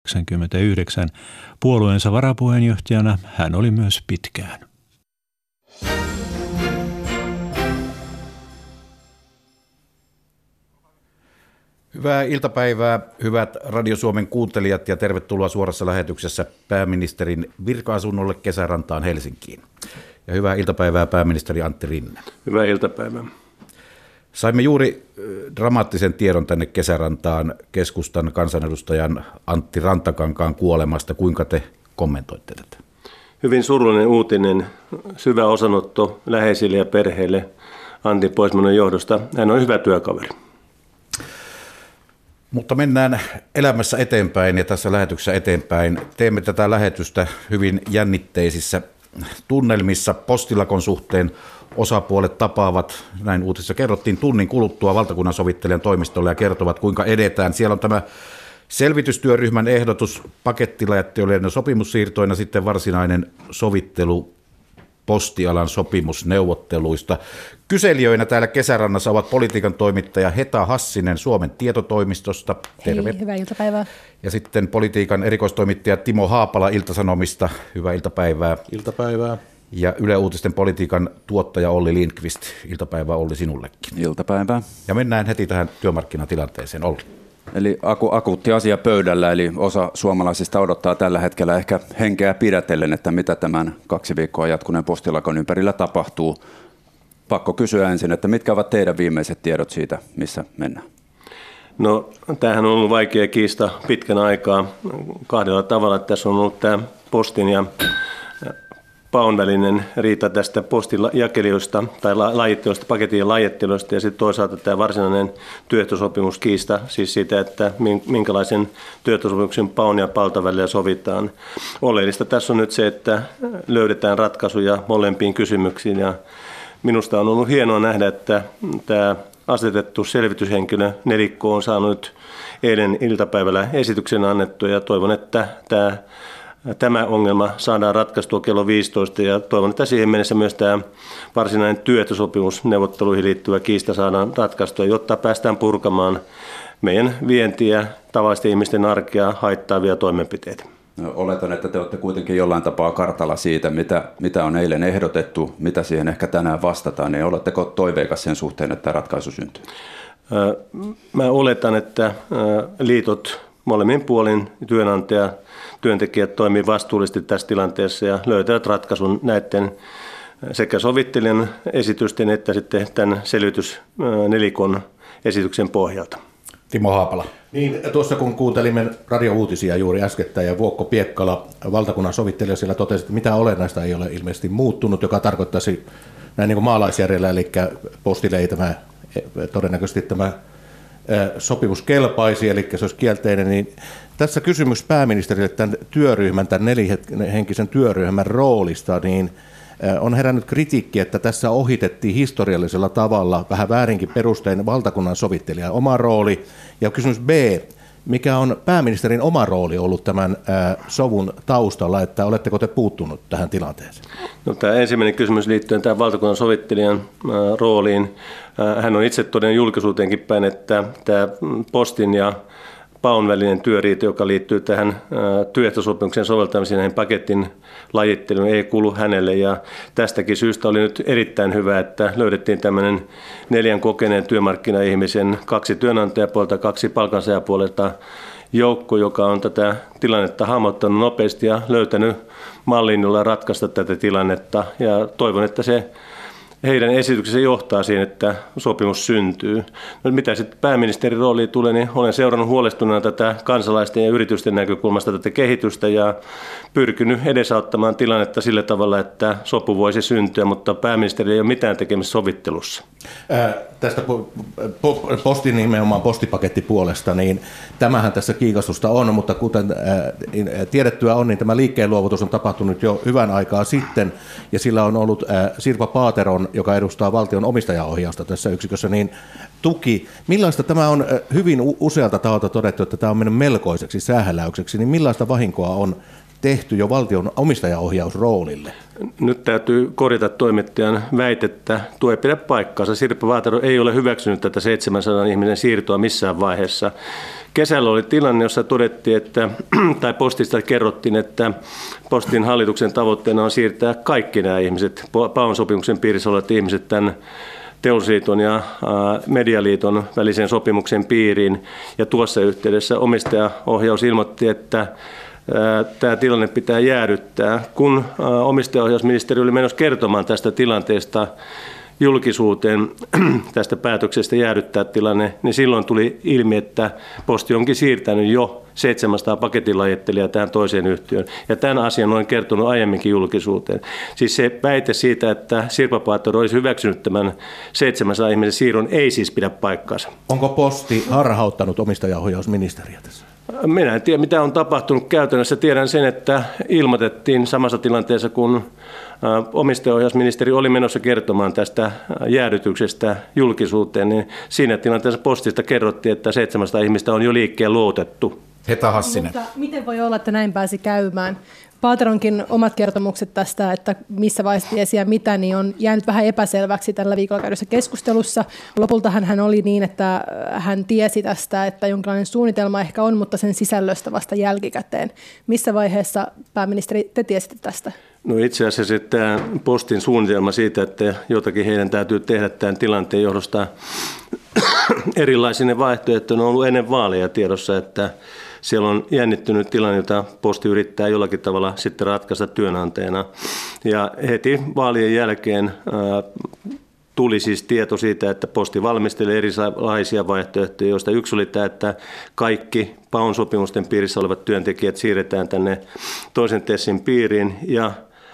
1999. Puolueensa varapuheenjohtajana hän oli myös pitkään. Hyvää iltapäivää, hyvät Radio Suomen kuuntelijat, ja tervetuloa suorassa lähetyksessä pääministerin virka-asunnolle Kesärantaan Helsinkiin. Ja hyvää iltapäivää, pääministeri Antti Rinne. Hyvää iltapäivää. Saimme juuri dramaattisen tiedon tänne Kesärantaan keskustan kansanedustajan Antti Rantakankaan kuolemasta. Kuinka te kommentoitte tätä? Hyvin surullinen uutinen, syvä osanotto läheisille ja perheille Antin poismenon johdosta. Hän on hyvä työkaveri. Mutta mennään elämässä eteenpäin ja tässä lähetyksessä eteenpäin. Teemme tätä lähetystä hyvin jännitteisissä tunnelmissa postilakon suhteen. Osapuolet tapaavat, näin uutisissa kerrottiin, tunnin kuluttua valtakunnan sovittelijan toimistolle ja kertovat, kuinka edetään. Siellä on tämä selvitystyöryhmän ehdotus pakettilähettelyjen sopimussiirtoina, sitten varsinainen sovittelu postialan sopimusneuvotteluista. Kyselijöinä täällä Kesärannassa ovat politiikan toimittaja Heta Hassinen Suomen tietotoimistosta. Terve. Hei, hyvää iltapäivää. Ja sitten politiikan erikoistoimittaja Timo Haapala Ilta-Sanomista. Hyvää iltapäivää. Iltapäivää. Ja Yle Uutisten politiikan tuottaja Olli Lindqvist. Iltapäivää Olli sinullekin. Iltapäivää. Ja mennään heti tähän työmarkkinatilanteeseen. Olli. Eli akuutti asia pöydällä, eli osa suomalaisista odottaa tällä hetkellä ehkä henkeä pidätellen, että mitä tämän 2 viikkoa jatkuneen postilakon ympärillä tapahtuu. Pakko kysyä ensin, että mitkä ovat teidän viimeiset tiedot siitä, missä mennään? No, tämähän on ollut vaikea kiista pitkän aikaa kahdella tavalla. Tässä on ollut tämä postin ja paun välinen riita tästä postijakelijoista tai lajittelusta, paketin lajittelusta, ja sitten toisaalta tämä varsinainen työehtosopimuskiista, siis siitä, että minkälaisen työehtosopimuksen paun ja paltan välillä sovitaan. Oleellista tässä on nyt se, että löydetään ratkaisuja molempiin kysymyksiin, ja minusta on ollut hienoa nähdä, että tämä asetettu selvityshenkilö nelikko on saanut eilen iltapäivällä esityksen annettua, ja toivon, että tämä ongelma saadaan ratkaistua kello 15, ja toivon, että siihen mennessä myös tämä varsinainen työehtosopimusneuvotteluihin liittyvä kiista saadaan ratkaistua, jotta päästään purkamaan meidän vientiä, tavallisten ihmisten arkea haittaavia toimenpiteitä. No, oletan, että te olette kuitenkin jollain tapaa kartalla siitä, mitä on eilen ehdotettu, mitä siihen ehkä tänään vastataan, niin oletteko toiveikas sen suhteen, että ratkaisu syntyy? Mä oletan, että liitot molemmin puolin työntekijät toimii vastuullisesti tässä tilanteessa ja löytävät ratkaisun näiden sekä sovittelijan esitysten että sitten tämän selvitysnelikon esityksen pohjalta. Timo Haapala. Niin, tuossa kun kuuntelimme radio-uutisia juuri äskettäin ja Vuokko Piekkala, valtakunnan sovittelija, siellä totesi, että mitä olennaista ei ole ilmeisesti muuttunut, joka tarkoittaisi näin niin kuin maalaisjärjellä, eli postille ei todennäköisesti tämä sopimus kelpaisi, eli se olisi kielteinen, niin tässä kysymys pääministerille tämän 4-henkisen työryhmän roolista, niin on herännyt kritiikki, että tässä ohitettiin historiallisella tavalla vähän väärinkin perustein valtakunnan sovittelijan oma rooli. Ja kysymys B, mikä on pääministerin oma rooli ollut tämän sovun taustalla, että oletteko te puuttunut tähän tilanteeseen? No, tämä ensimmäinen kysymys liittyen tähän valtakunnan sovittelijan rooliin. Hän on itse todennut julkisuuteenkin päin, että tämä postin ja paun välinen työriita, joka liittyy tähän työehtosopimuksen soveltamiseen näihin paketin lajitteluun, ei kuulu hänelle. Ja tästäkin syystä oli nyt erittäin hyvä, että löydettiin tämmöinen 4 kokeneen työmarkkinaihmisen, 2 työnantajapuolelta, 2 palkansaajapuolelta joukko, joka on tätä tilannetta hahmottanut nopeasti ja löytänyt mallin, jolla ratkaista tätä tilannetta. Ja toivon, että se heidän esityksensä johtaa siihen, että sopimus syntyy. No, mitä sitten pääministerin rooliin tulee, niin olen seurannut huolestuneena tätä kansalaisten ja yritysten näkökulmasta tätä kehitystä ja pyrkinyt edesauttamaan tilannetta sillä tavalla, että sopu voisi syntyä, mutta pääministeri ei ole mitään tekemistä sovittelussa. Tästä postin nimenomaan postipakettipuolesta, niin tämähän tässä kiikastusta on, mutta kuten tiedettyä on, niin tämä liikkeen luovutus on tapahtunut jo hyvän aikaa sitten, ja sillä on ollut Sirpa Paateron, joka edustaa valtion omistajaohjausta tässä yksikössä, niin tuki. Millaista tämä on hyvin usealta taholta todettu, että tämä on mennyt melkoiseksi sähäläykseksi, niin millaista vahinkoa on tehty jo valtion omistajaohjausroolille? Nyt täytyy korjata toimittajan väitettä. Tuo ei pidä paikkaansa. Sirpa Paatero ei ole hyväksynyt tätä 700 ihmisen siirtoa missään vaiheessa. Kesällä oli tilanne, jossa todettiin, tai Postista kerrottiin, että Postin hallituksen tavoitteena on siirtää kaikki nämä ihmiset, PAOn sopimuksen piirissä olevat ihmiset tämän Teollisuusliiton ja Medialiiton välisen sopimuksen piiriin. Ja tuossa yhteydessä omistajaohjaus ilmoitti, että tämä tilanne pitää jäädyttää. Kun omistajaohjausministeri oli menossa kertomaan tästä tilanteesta julkisuuteen, tästä päätöksestä jäädyttää tilanne, niin silloin tuli ilmi, että Posti onkin siirtänyt jo 700 paketilajittelijaa tähän toiseen yhtiöön. Ja tämän asian olen kertonut aiemminkin julkisuuteen. Siis se väite siitä, että Sirpa Paatero olisi hyväksynyt tämän 700 ihmisen siirron, ei siis pidä paikkaansa. Onko Posti harhauttanut omistajaohjausministeriä tässä? Minä en tiedä, mitä on tapahtunut käytännössä. Tiedän sen, että ilmoitettiin samassa tilanteessa, kun omistajaohjausministeri oli menossa kertomaan tästä jäädytyksestä julkisuuteen, niin siinä tilanteessa Postista kerrottiin, että 700 ihmistä on jo liikkeen luotettu. Heta Hassinen. Mutta miten voi olla, että näin pääsi käymään? Paateronkin omat kertomukset tästä, että missä vaiheessa tiesi ja mitä, niin on jäänyt vähän epäselväksi tällä viikolla käydyssä keskustelussa. Lopultahan hän oli niin, että hän tiesi tästä, että jonkinlainen suunnitelma ehkä on, mutta sen sisällöstä vasta jälkikäteen. Missä vaiheessa, pääministeri, te tiesitte tästä? No itse asiassa tämä Postin suunnitelma siitä, että jotakin heidän täytyy tehdä tämän tilanteen johdosta erilaisine vaihtoehtoina on ollut ennen vaaleja tiedossa, että siellä on jännittynyt tilanne, jota Posti yrittää jollakin tavalla sitten ratkaista työnantajana. Ja heti vaalien jälkeen tuli siis tieto siitä, että Posti valmistelee erilaisia vaihtoehtoja, joista yksi oli tämä, että kaikki PAOn sopimusten piirissä olevat työntekijät siirretään tänne toisen TESin piiriin. Ja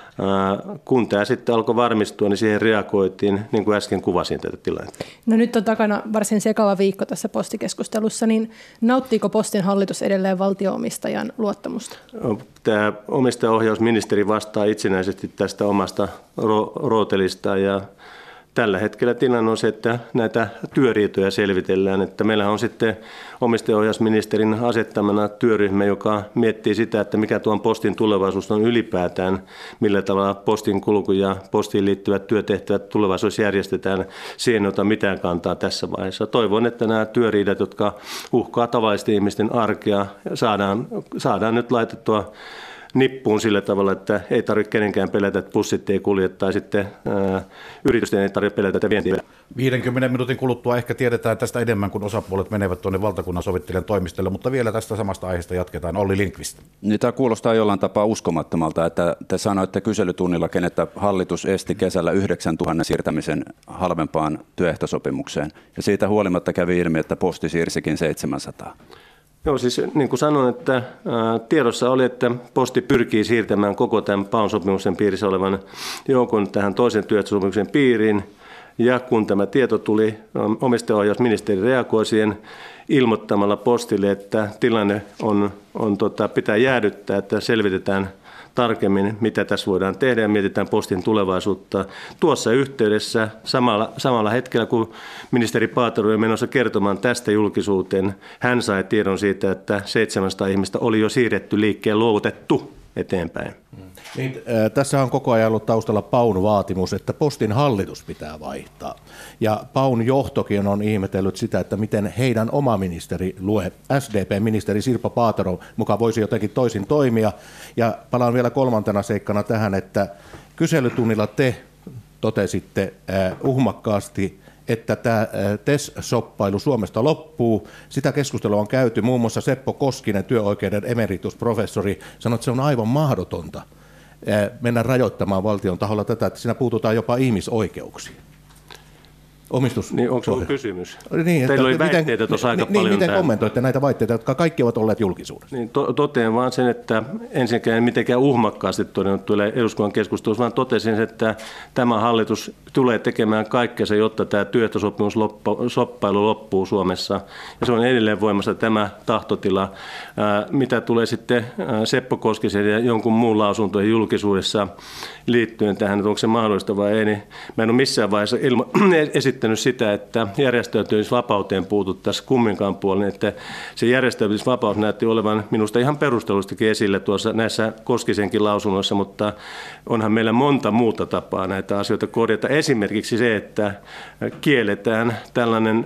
kun tämä sitten alkoi varmistua, niin siihen reagoitiin, niin kuin äsken kuvasin tätä tilannetta. No nyt on takana varsin sekava viikko tässä postikeskustelussa, niin nauttiiko Postin hallitus edelleen valtio-omistajan luottamusta? Tämä omistajaohjausministeri vastaa itsenäisesti tästä omasta rootelistaan ja tällä hetkellä tilanne on se, että näitä työriitoja selvitellään, että meillä on sitten omistajaohjausministerin asettamana työryhmä, joka miettii sitä, että mikä tuon Postin tulevaisuus on ylipäätään, millä tavalla Postin kulku ja Postiin liittyvät työtehtävät tulevaisuudessa järjestetään. Siihen ei ota mitään kantaa tässä vaiheessa. Toivon, että nämä työriidat, jotka uhkaa tavallisten ihmisten arkea, saadaan nyt laitettua nippuun sillä tavalla, että ei tarvitse kenenkään pelätä, että bussit ei kulje, tai sitten yritysten ei tarvitse pelätä, että vienti. 50 minuutin kuluttua ehkä tiedetään tästä enemmän, kun osapuolet menevät tuonne valtakunnan sovittelijan toimistolle, mutta vielä tästä samasta aiheesta jatketaan. Olli Lindqvist. Niin, tämä kuulostaa jollain tapaa uskomattomalta, että te sanoitte kyselytunnillakin, että hallitus esti kesällä 9 000 siirtämisen halvempaan työehtosopimukseen, ja siitä huolimatta kävi ilmi, että Posti siirsikin 700. Joo, siis niin kuin sanoin, että tiedossa oli, että Posti pyrkii siirtämään koko tämän PAOn sopimuksen piirissä olevan joukon tähän toisen työehtosopimuksen piiriin. Ja kun tämä tieto tuli, omistajaohjausministeri reagoi siihen ilmoittamalla Postille, että tilanne pitää jäädyttää, että selvitetään tarkemmin, mitä tässä voidaan tehdä ja mietitään Postin tulevaisuutta. Tuossa yhteydessä samalla hetkellä, kun ministeri Paatero oli menossa kertomaan tästä julkisuuteen, hän sai tiedon siitä, että 700 ihmistä oli jo siirretty liikkeen luovutettu eteenpäin. Niin, tässä on koko ajan ollut taustalla PAOn vaatimus, että Postin hallitus pitää vaihtaa. Ja PAOn johtokin on ihmetellyt sitä, että miten heidän oma ministeri Lue, SDP-ministeri Sirpa Paatero mukaan voisi jotenkin toisin toimia. Ja palaan vielä kolmantena seikkana tähän, että kyselytunnilla te totesitte uhmakkaasti, että tämä TES-shoppailu Suomesta loppuu. Sitä keskustelua on käyty. Muun muassa Seppo Koskinen, työoikeuden emeritusprofessori, sanoi, että se on aivan mahdotonta mennä rajoittamaan valtion taholla tätä, että siinä puututaan jopa ihmisoikeuksiin. Niin onko se ollut kysymys? Niin, teillä oli väitteitä tuossa aika paljon. Miten kommentoitte näitä väitteitä, jotka kaikki ovat olleet julkisuudessa? Niin, totean vaan sen, että ensinnäkään mitenkään uhmakkaasti todennut tulee eduskunnan keskustelussa, vaan totesin, että tämä hallitus tulee tekemään kaikkensa, jotta tämä työehtosopimussoppailu loppuu Suomessa. Ja se on edelleen voimassa tämä tahtotila. Mitä tulee sitten Seppo Koskisen ja jonkun muun lausuntojen julkisuudessa liittyen tähän, että onko se mahdollista vai ei, niin mä en ole missään vaiheessa esittänyt esittänyt sitä, että järjestäytymisvapauteen puututtaisiin kumminkaan puolin, että se järjestäytymisvapaus näytti olevan minusta ihan perustellustikin esille tuossa näissä Koskisenkin lausunnoissa, mutta onhan meillä monta muuta tapaa näitä asioita korjata. Esimerkiksi se, että kielletään tällainen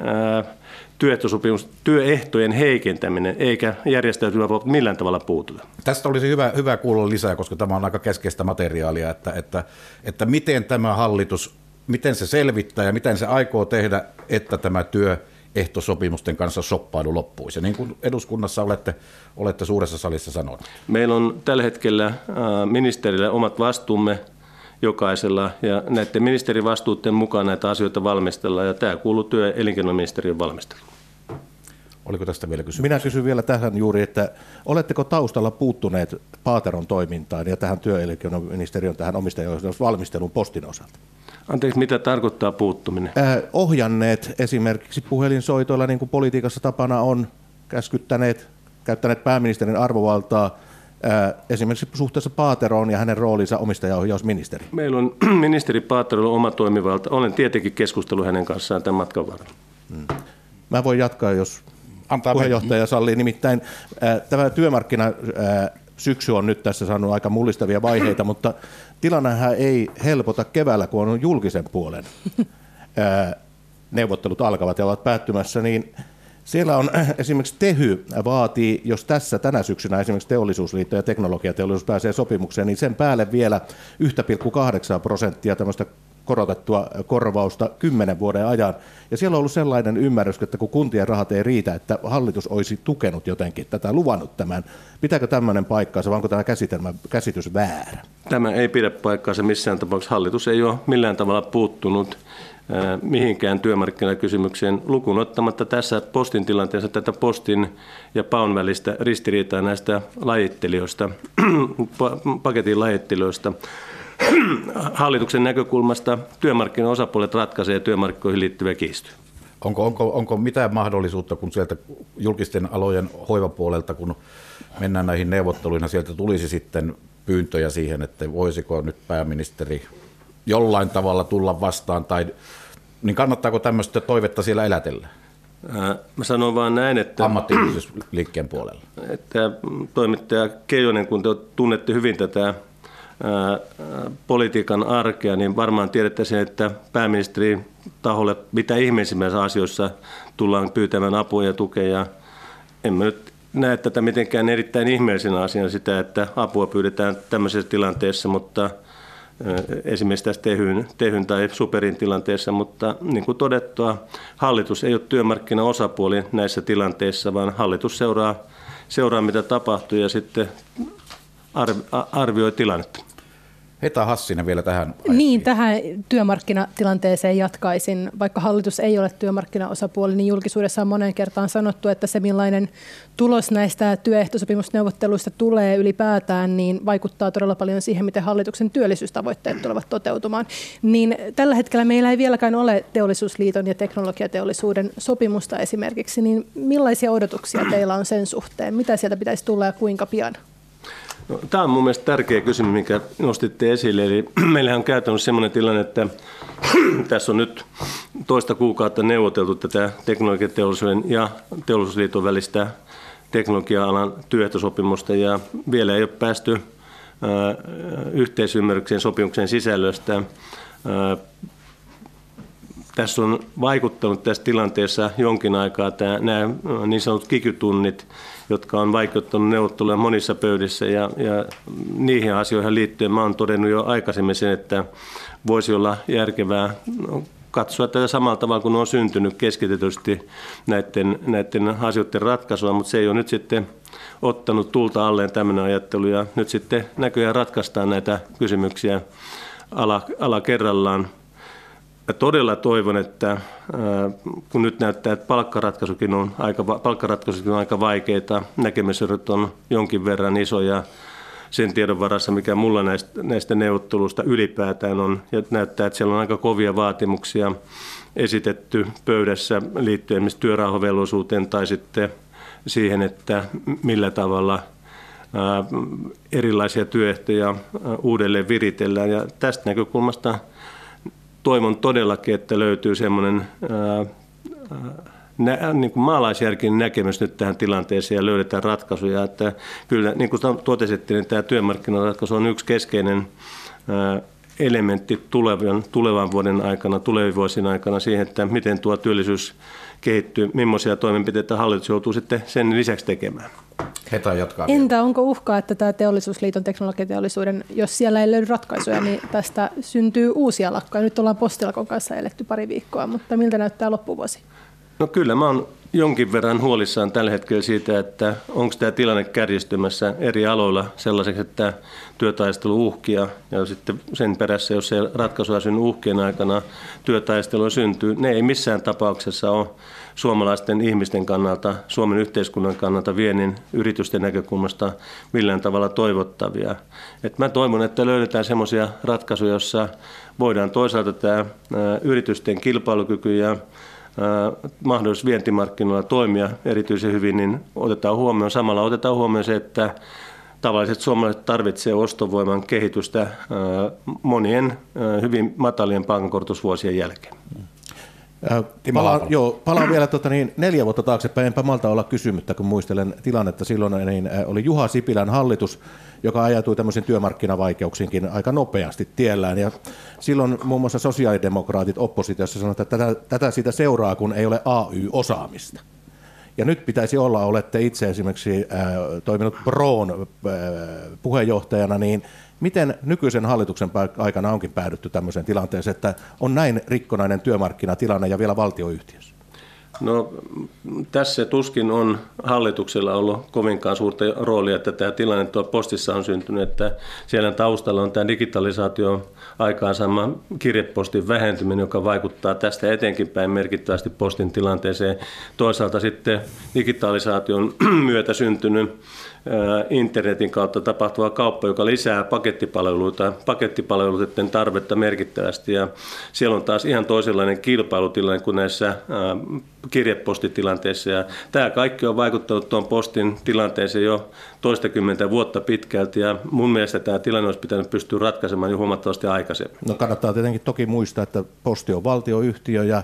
työehtojen heikentäminen, eikä järjestäytymisvapaus millään tavalla puututa. Tästä olisi hyvä kuulla lisää, koska tämä on aika keskeistä materiaalia, että miten tämä hallitus, miten se selvittää ja miten se aikoo tehdä, että tämä työehtosopimusten kanssa shoppailu loppuisi. Ja niin kuin eduskunnassa olette suuressa salissa sanoneet. Meillä on tällä hetkellä ministerillä omat vastuumme jokaisella, ja näiden ministerivastuuiden mukaan näitä asioita valmistellaan, ja tämä kuuluu työ- ja elinkeinoministeriön valmisteluun. Oliko tästä vielä kysymys? Minä kysyn vielä tähän juuri, että oletteko taustalla puuttuneet Paateron toimintaan ja tähän työ- ja elinkeinoministeriön tähän omistajaohjausvalmistelun Postin osalta? Anteeksi, mitä tarkoittaa puuttuminen? Ohjanneet esimerkiksi puhelinsoitoilla, niin kuin politiikassa tapana on, käyttäneet pääministerin arvovaltaa, esimerkiksi suhteessa Paateroon ja hänen roolinsa omistajaohjausministeri. Meillä on ministeri Paaterolla oma toimivalta. Olen tietenkin keskustellut hänen kanssaan tämän matkan varrella. Mä voin jatkaa, jos puheenjohtaja sallii. Nimittäin tämä työmarkkinasyksy on nyt tässä saanut aika mullistavia vaiheita, mutta tilannehän ei helpota keväällä, kun on julkisen puolen neuvottelut alkavat ja ovat päättymässä, niin siellä on esimerkiksi Tehy vaatii, jos tänä syksynä esimerkiksi Teollisuusliitto ja Teknologiateollisuus pääsee sopimukseen, niin sen päälle vielä 1,8% tämmöistä korotettua korvausta 10 vuoden ajan. Ja siellä on ollut sellainen ymmärrys, että kun kuntien rahat ei riitä, että hallitus olisi tukenut jotenkin tätä, luvannut tämän. Pitääkö tämmöinen paikkaansa vai onko tämä käsitys väärä? Tämä ei pidä paikkaansa missään tapauksessa. Hallitus ei ole millään tavalla puuttunut mihinkään työmarkkinakysymykseen lukuun ottamatta tässä Postin tilanteessa tätä Postin ja Paun välistä ristiriitaa näistä lajittelijoista, paketin lajittelijoista. Hallituksen näkökulmasta työmarkkinaosapuolet ratkaisee työmarkkinoihin liittyviä kiistoja. Onko mitään mahdollisuutta, kun sieltä julkisten alojen hoivapuolelta, kun mennään näihin neuvotteluihin, sieltä tulisi sitten pyyntöjä siihen, että voisiko nyt pääministeri jollain tavalla tulla vastaan, niin kannattaako tämmöistä toivetta siellä elätellä? Mä sanon vaan näin, että ammattiyhdistysliikkeen puolella. Että toimittaja Keijonen, kun te tunnette hyvin tätä politiikan arkea, niin varmaan tiedätte sen, että pääministeri taholle mitä ihmeisimmissä asioissa tullaan pyytämään apua ja tukea. En mä nyt näe tätä mitenkään erittäin ihmeellisenä asiana sitä, että apua pyydetään tämmöisessä tilanteessa, mutta esimerkiksi tässä Tehyn tai Superin tilanteessa, mutta niin kuin todettua, hallitus ei ole työmarkkinaosapuoli näissä tilanteissa, vaan hallitus seuraa mitä tapahtuu ja sitten arvioi tilannetta. Heta Hassinen vielä tähän. Niin, tähän työmarkkinatilanteeseen jatkaisin. Vaikka hallitus ei ole työmarkkinaosapuoli, niin julkisuudessa on moneen kertaan sanottu, että se millainen tulos näistä työehtosopimusneuvotteluista tulee ylipäätään, niin vaikuttaa todella paljon siihen, miten hallituksen työllisyystavoitteet tulevat toteutumaan. Niin tällä hetkellä meillä ei vieläkään ole Teollisuusliiton ja Teknologiateollisuuden sopimusta esimerkiksi, niin millaisia odotuksia teillä on sen suhteen? Mitä sieltä pitäisi tulla ja kuinka pian? No, tämä on mun mielestä tärkeä kysymys, minkä nostitte esille. Eli meillähän on käytännössä sellainen tilanne, että tässä on nyt toista kuukautta neuvoteltu tätä Teknologiateollisuuden ja Teollisuusliiton välistä teknologia-alan työehtosopimusta ja vielä ei ole päästy yhteisymmärrykseen sopimuksen sisällöstä. Tässä on vaikuttanut tässä tilanteessa jonkin aikaa nämä niin sanotut kiky-tunnit, jotka on vaikeuttanut neuvotteluja monissa pöydissä ja niihin asioihin liittyen mä olen todennut jo aikaisemmin sen, että voisi olla järkevää katsoa tätä samalla tavalla kuin on syntynyt keskitetysti näiden asioiden ratkaisua, mutta se ei ole nyt sitten ottanut tulta alleen tämmöinen ajattelu ja nyt sitten näköjään ratkaistaan näitä kysymyksiä ala kerrallaan. Mä todella toivon, että kun nyt näyttää, että palkkaratkaisukin on aika vaikeita, näkemyserot on jonkin verran isoja sen tiedon varassa, mikä mulla näistä neuvotteluista ylipäätään on, ja näyttää, että siellä on aika kovia vaatimuksia esitetty pöydässä liittyen esimerkiksi työrauhavelvollisuuteen tai sitten siihen, että millä tavalla erilaisia työehtoja uudelleen viritellään, ja tästä näkökulmasta toivon todellakin, että löytyy semmoinen niin kuin maalaisjärkinen näkemys nyt tähän tilanteeseen ja löydetään ratkaisuja. Että kyllä, niin kuin totesitte, niin tämä työmarkkinaratkaisu on yksi keskeinen elementti tulevan vuoden aikana, tulevien vuosien aikana siihen, että miten tuo työllisyys kehittyy, millaisia toimenpiteitä hallitus joutuu sitten sen lisäksi tekemään. Heta jatkaa. Entä onko uhkaa, että tämä Teollisuusliiton teknologiateollisuuden, jos siellä ei löydy ratkaisuja, niin tästä syntyy uusia lakkoja? Nyt ollaan postilakon kanssa eletty pari viikkoa, mutta miltä näyttää loppuvuosi? No kyllä, mä oon jonkin verran huolissaan tällä hetkellä siitä, että onko tämä tilanne kärjistymässä eri aloilla sellaiseksi, että työtaistelu uhkia ja sitten sen perässä, jos se ratkaisua syntyy uhkien aikana, työtaistelua syntyy, ne ei missään tapauksessa ole suomalaisten ihmisten kannalta, Suomen yhteiskunnan kannalta, viennin yritysten näkökulmasta millään tavalla toivottavia. Et mä toivon, että löydetään semmoisia ratkaisuja, joissa voidaan toisaalta tämä yritysten kilpailukyky ja mahdollisuus vientimarkkinoilla toimia erityisen hyvin, niin otetaan huomioon. Samalla otetaan huomioon se, että tavalliset suomalaiset tarvitsevat ostovoiman kehitystä monien hyvin matalien palkankorotusvuosien jälkeen. Palaan vielä 4 vuotta taaksepäin. Enpä malta olla kysymättä, kun muistelen tilannetta silloin, niin oli Juha Sipilän hallitus, joka ajautui tämmöisiin työmarkkinavaikeuksiinkin aika nopeasti tiellään. Ja silloin muun muassa sosiaalidemokraatit oppositiossa sanoivat, että tätä siitä seuraa, kun ei ole AY-osaamista. Ja nyt pitäisi olla, olette itse esimerkiksi toiminut Proon puheenjohtajana, niin miten nykyisen hallituksen aikana onkin päädytty tämmöiseen tilanteeseen, että on näin rikkonainen työmarkkinatilanne ja vielä valtioyhtiössä? No tässä tuskin on hallituksella ollut kovinkaan suurta roolia, että tämä tilanne tuolla postissa on syntynyt, että siellä taustalla on tämä digitalisaatio aikaansaama kirjepostin vähentyminen, joka vaikuttaa tästä etenkin päin merkittävästi postin tilanteeseen. Toisaalta sitten digitalisaation myötä syntynyt internetin kautta tapahtuva kauppa, joka lisää pakettipalveluiden tarvetta merkittävästi. Ja siellä on taas ihan toisenlainen kilpailutilanne kuin näissä kirjepostitilanteissa. Ja tämä kaikki on vaikuttanut tuon postin tilanteeseen jo toistakymmentä vuotta pitkälti. Ja mun mielestä tämä tilanne olisi pitänyt pystyä ratkaisemaan jo huomattavasti aikaisemmin. No kannattaa tietenkin toki muistaa, että posti on valtioyhtiö ja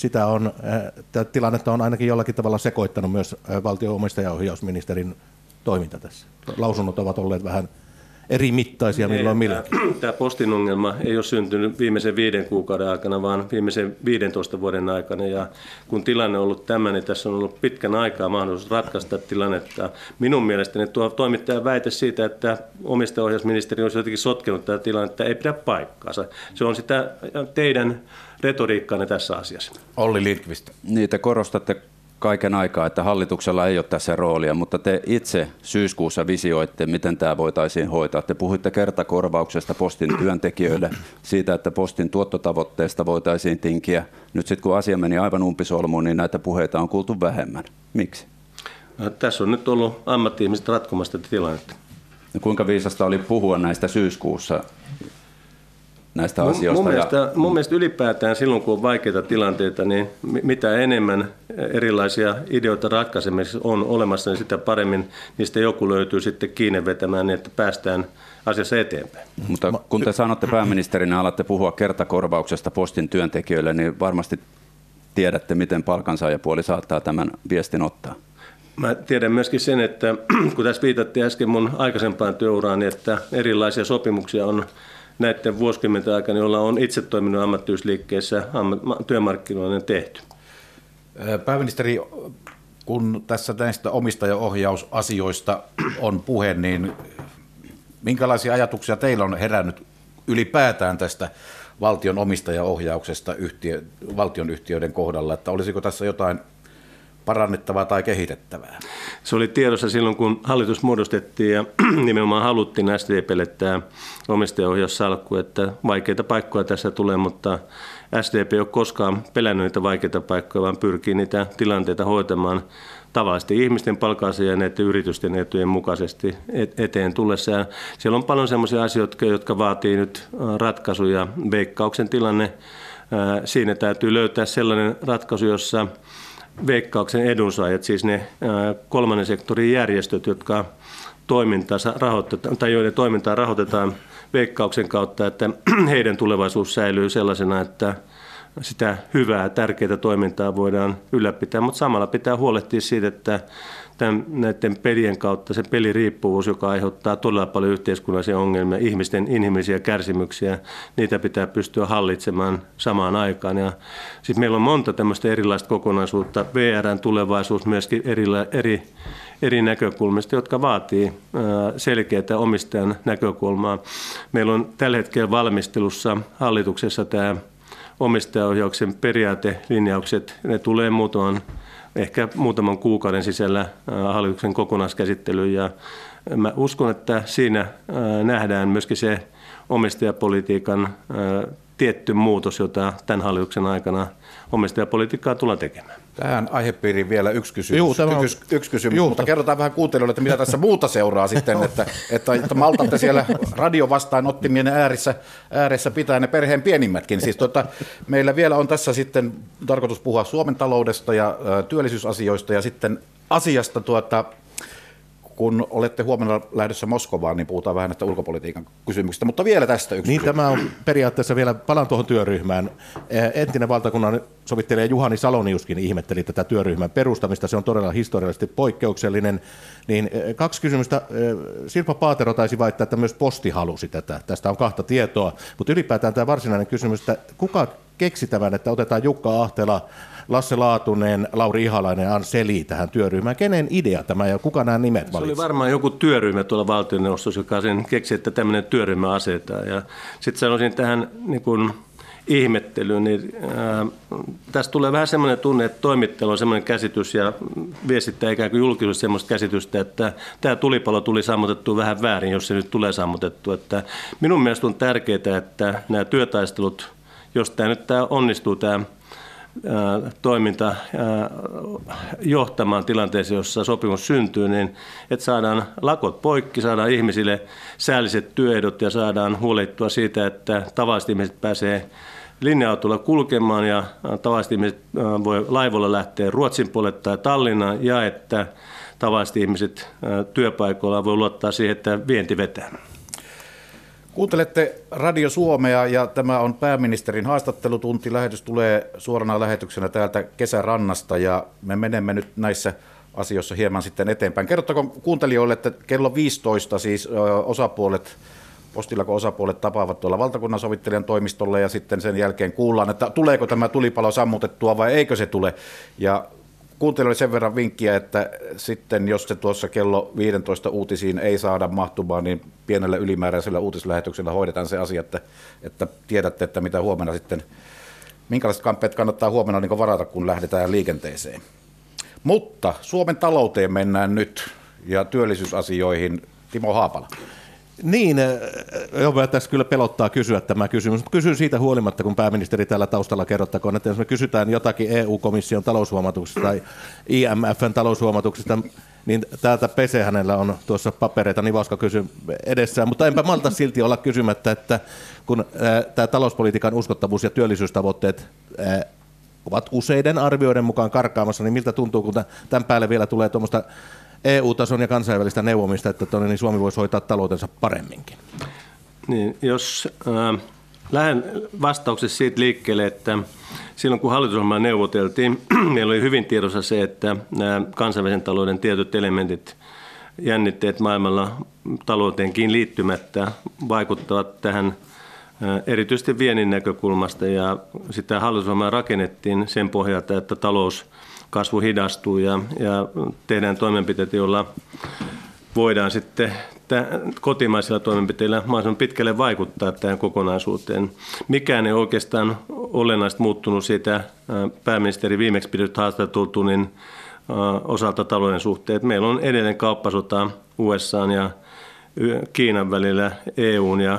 tätä tilannetta on ainakin jollakin tavalla sekoittanut myös valtion omistajaohjausministerin toiminta tässä. Lausunnot ovat olleet vähän eri mittaisia milloin milloinkin. Tämä postin ongelma ei ole syntynyt viimeisen 5 kuukauden aikana, vaan viimeisen 15 vuoden aikana. Ja kun tilanne on ollut tämä, niin tässä on ollut pitkän aikaa mahdollisuus ratkaista tilannetta. Minun mielestäni tuo toimittajan väite siitä, että omistajaohjausministeri olisi jotenkin sotkenut tätä tilannetta, ei pidä paikkaansa. Se on sitä teidän retoriikkaanne tässä asiassa. Olli Lindqvist. Niin, te korostatte kaiken aikaa, että hallituksella ei ole tässä roolia, mutta te itse syyskuussa visioitte, miten tämä voitaisiin hoitaa. Te puhuitte kertakorvauksesta postin työntekijöille, siitä, että postin tuottotavoitteesta voitaisiin tinkiä. Nyt sitten kun asia meni aivan umpisolmuun, niin näitä puheita on kuultu vähemmän. Miksi? No, tässä on nyt ollut ammatti-ihmiset ratkomasta tätä tilannetta. No, kuinka viisasta oli puhua näistä syyskuussa? Näistä asioista. Mun mielestä ylipäätään silloin, kun on vaikeita tilanteita, niin mitä enemmän erilaisia ideoita ratkaisemiseksi on olemassa, niin sitä paremmin niistä joku löytyy sitten kiinni vetämään, niin että päästään asiassa eteenpäin. Mutta kun te sanotte pääministerinä, alatte puhua kertakorvauksesta postin työntekijöille, niin varmasti tiedätte, miten palkansaajapuoli saattaa tämän viestin ottaa. Mä tiedän myöskin sen, että kun tässä viitattiin äsken mun aikaisempaan työuraani, että erilaisia sopimuksia on näiden vuosikymmenten aikana, joilla on itse toiminut ammattiyhdistysliikkeessä työmarkkinoilla tehty. Pääministeri, kun tässä näistä omistajaohjausasioista on puhe, niin minkälaisia ajatuksia teillä on herännyt ylipäätään tästä valtion omistajaohjauksesta valtionyhtiöiden kohdalla, että olisiko tässä jotain parannettavaa tai kehitettävää? Se oli tiedossa silloin, kun hallitus muodostettiin ja nimenomaan haluttiin SDP:lle tämä omistajaohjaussalkku, että vaikeita paikkoja tässä tulee, mutta SDP ei ole koskaan pelännyt niitä vaikeita paikkoja, vaan pyrkii niitä tilanteita hoitamaan tavallisten ihmisten palkansa ja näiden yritysten etujen mukaisesti eteen tullessa. Ja siellä on paljon sellaisia asioita, jotka vaatii nyt ratkaisuja. Veikkauksen tilanne, siinä täytyy löytää sellainen ratkaisu, jossa Veikkauksen edunsaajat, siis ne kolmannen sektorin järjestöt, jotka toimintansa rahoitetaan, tai joiden toimintaa rahoitetaan Veikkauksen kautta, että heidän tulevaisuus säilyy sellaisena, että sitä hyvää, tärkeää toimintaa voidaan ylläpitää, mutta samalla pitää huolehtia siitä, että näiden pelien kautta se peliriippuvuus, joka aiheuttaa todella paljon yhteiskunnallisia ongelmia, ihmisten inhimillisiä kärsimyksiä, niitä pitää pystyä hallitsemaan samaan aikaan. Ja siis meillä on monta tämmöistä erilaista kokonaisuutta, VR:n tulevaisuus myöskin eri näkökulmista, jotka vaatii selkeää omistajan näkökulmaa. Meillä on tällä hetkellä valmistelussa hallituksessa tämä omistajaohjauksen periaatelinjaukset, ne tulee ehkä muutaman kuukauden sisällä hallituksen kokonaiskäsittelyyn, ja mä uskon, että siinä nähdään myöskin se omistajapolitiikan tietty muutos, jota tämän hallituksen aikana omistajapolitiikkaa tullaan tekemään. Tähän aihepiiriin vielä yksi kysymys, mutta kerrotaan vähän kuuntelijoille, että mitä tässä muuta seuraa sitten, että maltatte siellä radiovastaanottimien ääressä pitää ne perheen pienimmätkin. Siis meillä vielä on tässä sitten tarkoitus puhua Suomen taloudesta ja työllisyysasioista ja sitten asiasta, kun olette huomenna lähdössä Moskovaan, niin puhutaan vähän näistä ulkopolitiikan kysymyksistä, mutta vielä tästä yksi. Niin, tämä on periaatteessa vielä, palaan tuohon työryhmään. Entinen valtakunnan sovittelija Juhani Saloniuskin ihmetteli tätä työryhmän perustamista, se on todella historiallisesti poikkeuksellinen. Niin, kaksi kysymystä. Sirpa Paatero taisi väittää, että myös Posti halusi tätä. Tästä on kahta tietoa, mutta ylipäätään tämä varsinainen kysymys, että kuka keksi tämän, että otetaan Jukka Ahtela, Lasse Laatunen, Lauri Ihalainen ja Ann Seli tähän työryhmään. Kenen idea tämä ja kuka nämä nimet valitsi? Se oli varmaan joku työryhmä tuolla valtioneuvostossa, joka sen keksi, että tämmöinen työryhmä asetetaan. Ja sitten sanoisin tähän ihmettelyyn, niin tästä tulee vähän semmoinen tunne, että toimittajalla on semmoinen käsitys ja viestittää ikään kuin julkisuus semmoista käsitystä, että tämä tulipalo tuli sammutettua vähän väärin, jos se nyt tulee sammutettua. Että minun mielestä on tärkeää, että nämä työtaistelut, jos tämä onnistuu, tämä toiminta johtamaan tilanteeseen, jossa sopimus syntyy, niin että saadaan lakot poikki, saadaan ihmisille säälliset työehdot ja saadaan huolehtua siitä, että tavalliset ihmiset pääsee linja-autolla kulkemaan ja tavalliset ihmiset voi laivoilla lähteä Ruotsin puolelle tai Tallinnaan ja että tavalliset ihmiset työpaikoilla voi luottaa siihen, että vienti vetää. Kuuntelette Radio Suomea ja tämä on pääministerin haastattelutunti. Lähetys tulee suorana lähetyksenä täältä Kesärannasta ja me menemme nyt näissä asioissa hieman sitten eteenpäin. Kerrottakoon kuuntelijoille, että kello 15 siis Postilakon osapuolet tapaavat tuolla valtakunnan sovittelijan toimistolla ja sitten sen jälkeen kuullaan, että tuleeko tämä tulipalo sammutettua vai eikö se tule. Ja kuuntelijoille sen verran vinkkiä, että sitten jos se tuossa kello 15 uutisiin ei saada mahtumaan, niin pienellä ylimääräisellä uutislähetyksellä hoidetaan se asia, että tiedätte, että mitä huomenna sitten, minkälaiset kamppeet kannattaa huomenna niin varata, kun lähdetään liikenteeseen. Mutta Suomen talouteen mennään nyt ja työllisyysasioihin. Timo Haapala. Niin, tässä kyllä pelottaa kysyä tämä kysymys, mutta kysyn siitä huolimatta, kun pääministeri täällä taustalla kerrottakoon, että jos me kysytään jotakin EU-komission taloushuomatuksesta tai IMFn taloushuomatuksesta, niin täältä Pese hänellä on tuossa papereita, niin Nivaska kysy edessään, mutta enpä malta silti olla kysymättä, että kun tämä talouspolitiikan uskottavuus ja työllisyystavoitteet ovat useiden arvioiden mukaan karkaamassa, niin miltä tuntuu, kun tämän päälle vielä tulee tuommoista EU-tason ja kansainvälistä neuvomista, että niin Suomi voisi hoitaa taloutensa paremminkin? Niin, jos lähden vastauksessa siitä liikkeelle, että silloin kun hallitusohjelmaa neuvoteltiin, meillä oli hyvin tiedossa se, että nämä kansainvälisen talouden tietyt elementit, jännitteet maailmalla talouteenkin liittymättä vaikuttavat tähän erityisesti viennin näkökulmasta, ja sitä hallitusohjelmaa rakennettiin sen pohjalta, että talouskasvu hidastuu ja tehdään toimenpiteitä, joilla voidaan sitten kotimaisilla toimenpiteillä mahdollisimman pitkälle vaikuttaa tähän kokonaisuuteen. Mikään ei oikeastaan olennaisesti muuttunut siitä pääministeri viimeksi pidetyt haastattelutunnin osalta talouden suhteen. Meillä on edelleen kauppasota USA:n ja Kiinan välillä, EUn ja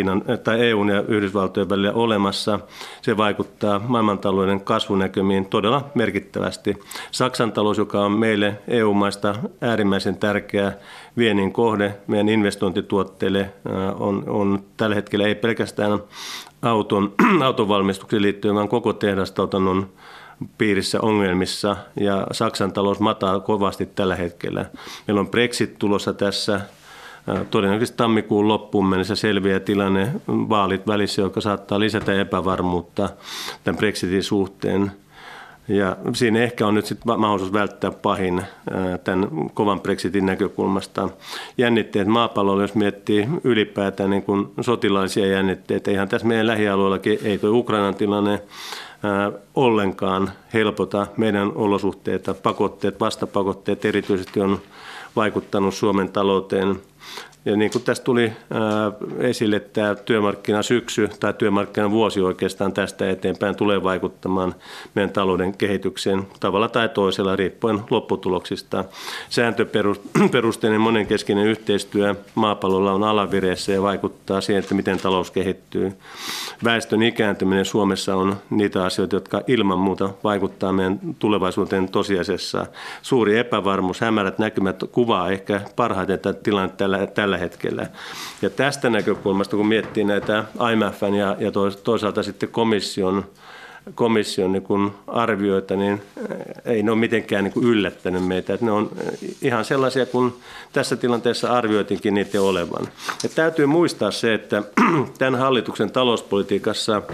Yhdysvaltojen välillä olemassa. Se vaikuttaa maailmantalouden kasvunäkymiin todella merkittävästi. Saksan talous, joka on meille EU-maista äärimmäisen tärkeä viennin kohde, meidän investointituotteille on tällä hetkellä ei pelkästään auton valmistuksiin liittyen, vaan koko tehdastuotannon piirissä ongelmissa, ja Saksan talous mataa kovasti tällä hetkellä. Meillä on Brexit tulossa tässä Todennäköisesti tammikuun loppuun mennessä selviää tilanne, vaalit välissä, joka saattaa lisätä epävarmuutta tämän Brexitin suhteen. Ja siinä ehkä on nyt sitten mahdollisuus välttää pahin tämän kovan Brexitin näkökulmasta. Jännitteet maapallolla, jos miettii ylipäätään niin kuin sotilaallisia jännitteitä, ihan tässä meidän lähialueellakin ei tuo Ukrainan tilanne ollenkaan helpota meidän olosuhteita. Pakotteet, vastapakotteet erityisesti on vaikuttanut Suomen talouteen. Ja niin kuin tässä tuli esille, tämä työmarkkinasyksy tai työmarkkinavuosi oikeastaan tästä eteenpäin tulee vaikuttamaan meidän talouden kehitykseen tavalla tai toisella riippuen lopputuloksista. Sääntöperusteinen monenkeskinen yhteistyö maapallolla on alavireessä ja vaikuttaa siihen, että miten talous kehittyy. Väestön ikääntyminen Suomessa on niitä asioita, jotka ilman muuta vaikuttaa meidän tulevaisuuteen tosiasiassa. Suuri epävarmuus, hämärät näkymät kuvaa ehkä parhaiten tätä tilannetta tällä hetkellä. Ja tästä näkökulmasta, kun miettii näitä IMF:n ja toisaalta sitten komission niin kun arvioita, niin ei ne ole mitenkään niin kuin yllättänyt meitä. Että ne on ihan sellaisia, kun tässä tilanteessa arvioitinkin niiden olevan. Ja täytyy muistaa se, että tämän hallituksen talouspolitiikassa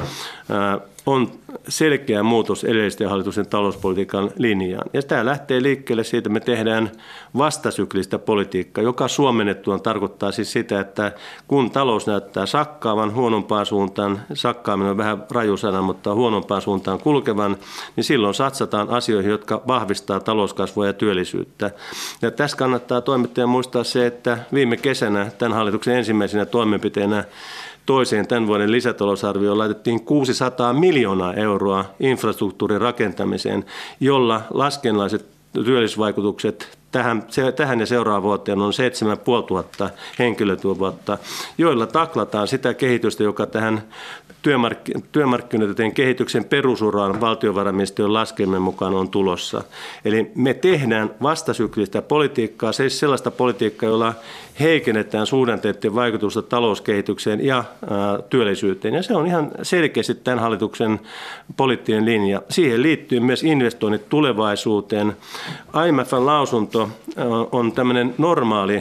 on selkeä muutos edellisten hallituksen talouspolitiikan linjaan. Ja tämä lähtee liikkeelle siitä, että me tehdään vastasyklistä politiikkaa, joka suomennettuna tarkoittaa siis sitä, että kun talous näyttää sakkaavan huonompaan suuntaan, sakkaaminen on vähän raju sana, mutta huonompaan suuntaan kulkevan, niin silloin satsataan asioihin, jotka vahvistaa talouskasvua ja työllisyyttä. Ja tässä kannattaa toimittajan muistaa se, että viime kesänä tämän hallituksen ensimmäisenä toimenpiteenä toiseen tämän vuoden lisätalousarvioon laitettiin 600 miljoonaa euroa infrastruktuurin rakentamiseen, jolla laskennalliset työllisyysvaikutukset tähän ja seuraavaan vuoteen on 7500 henkilötyövuotta, joilla taklataan sitä kehitystä, joka tähän työmarkkinoiden kehityksen perusuraan valtiovarainministeriön laskelmien mukaan on tulossa. Eli me tehdään vastasyklistä politiikkaa, siis sellaista politiikkaa, jolla heikennetään suhdanteiden vaikutusta talouskehitykseen ja työllisyyteen. Ja se on ihan selkeästi tämän hallituksen poliittinen linja. Siihen liittyy myös investoinnit tulevaisuuteen. IMF:n lausunto on tämmöinen normaali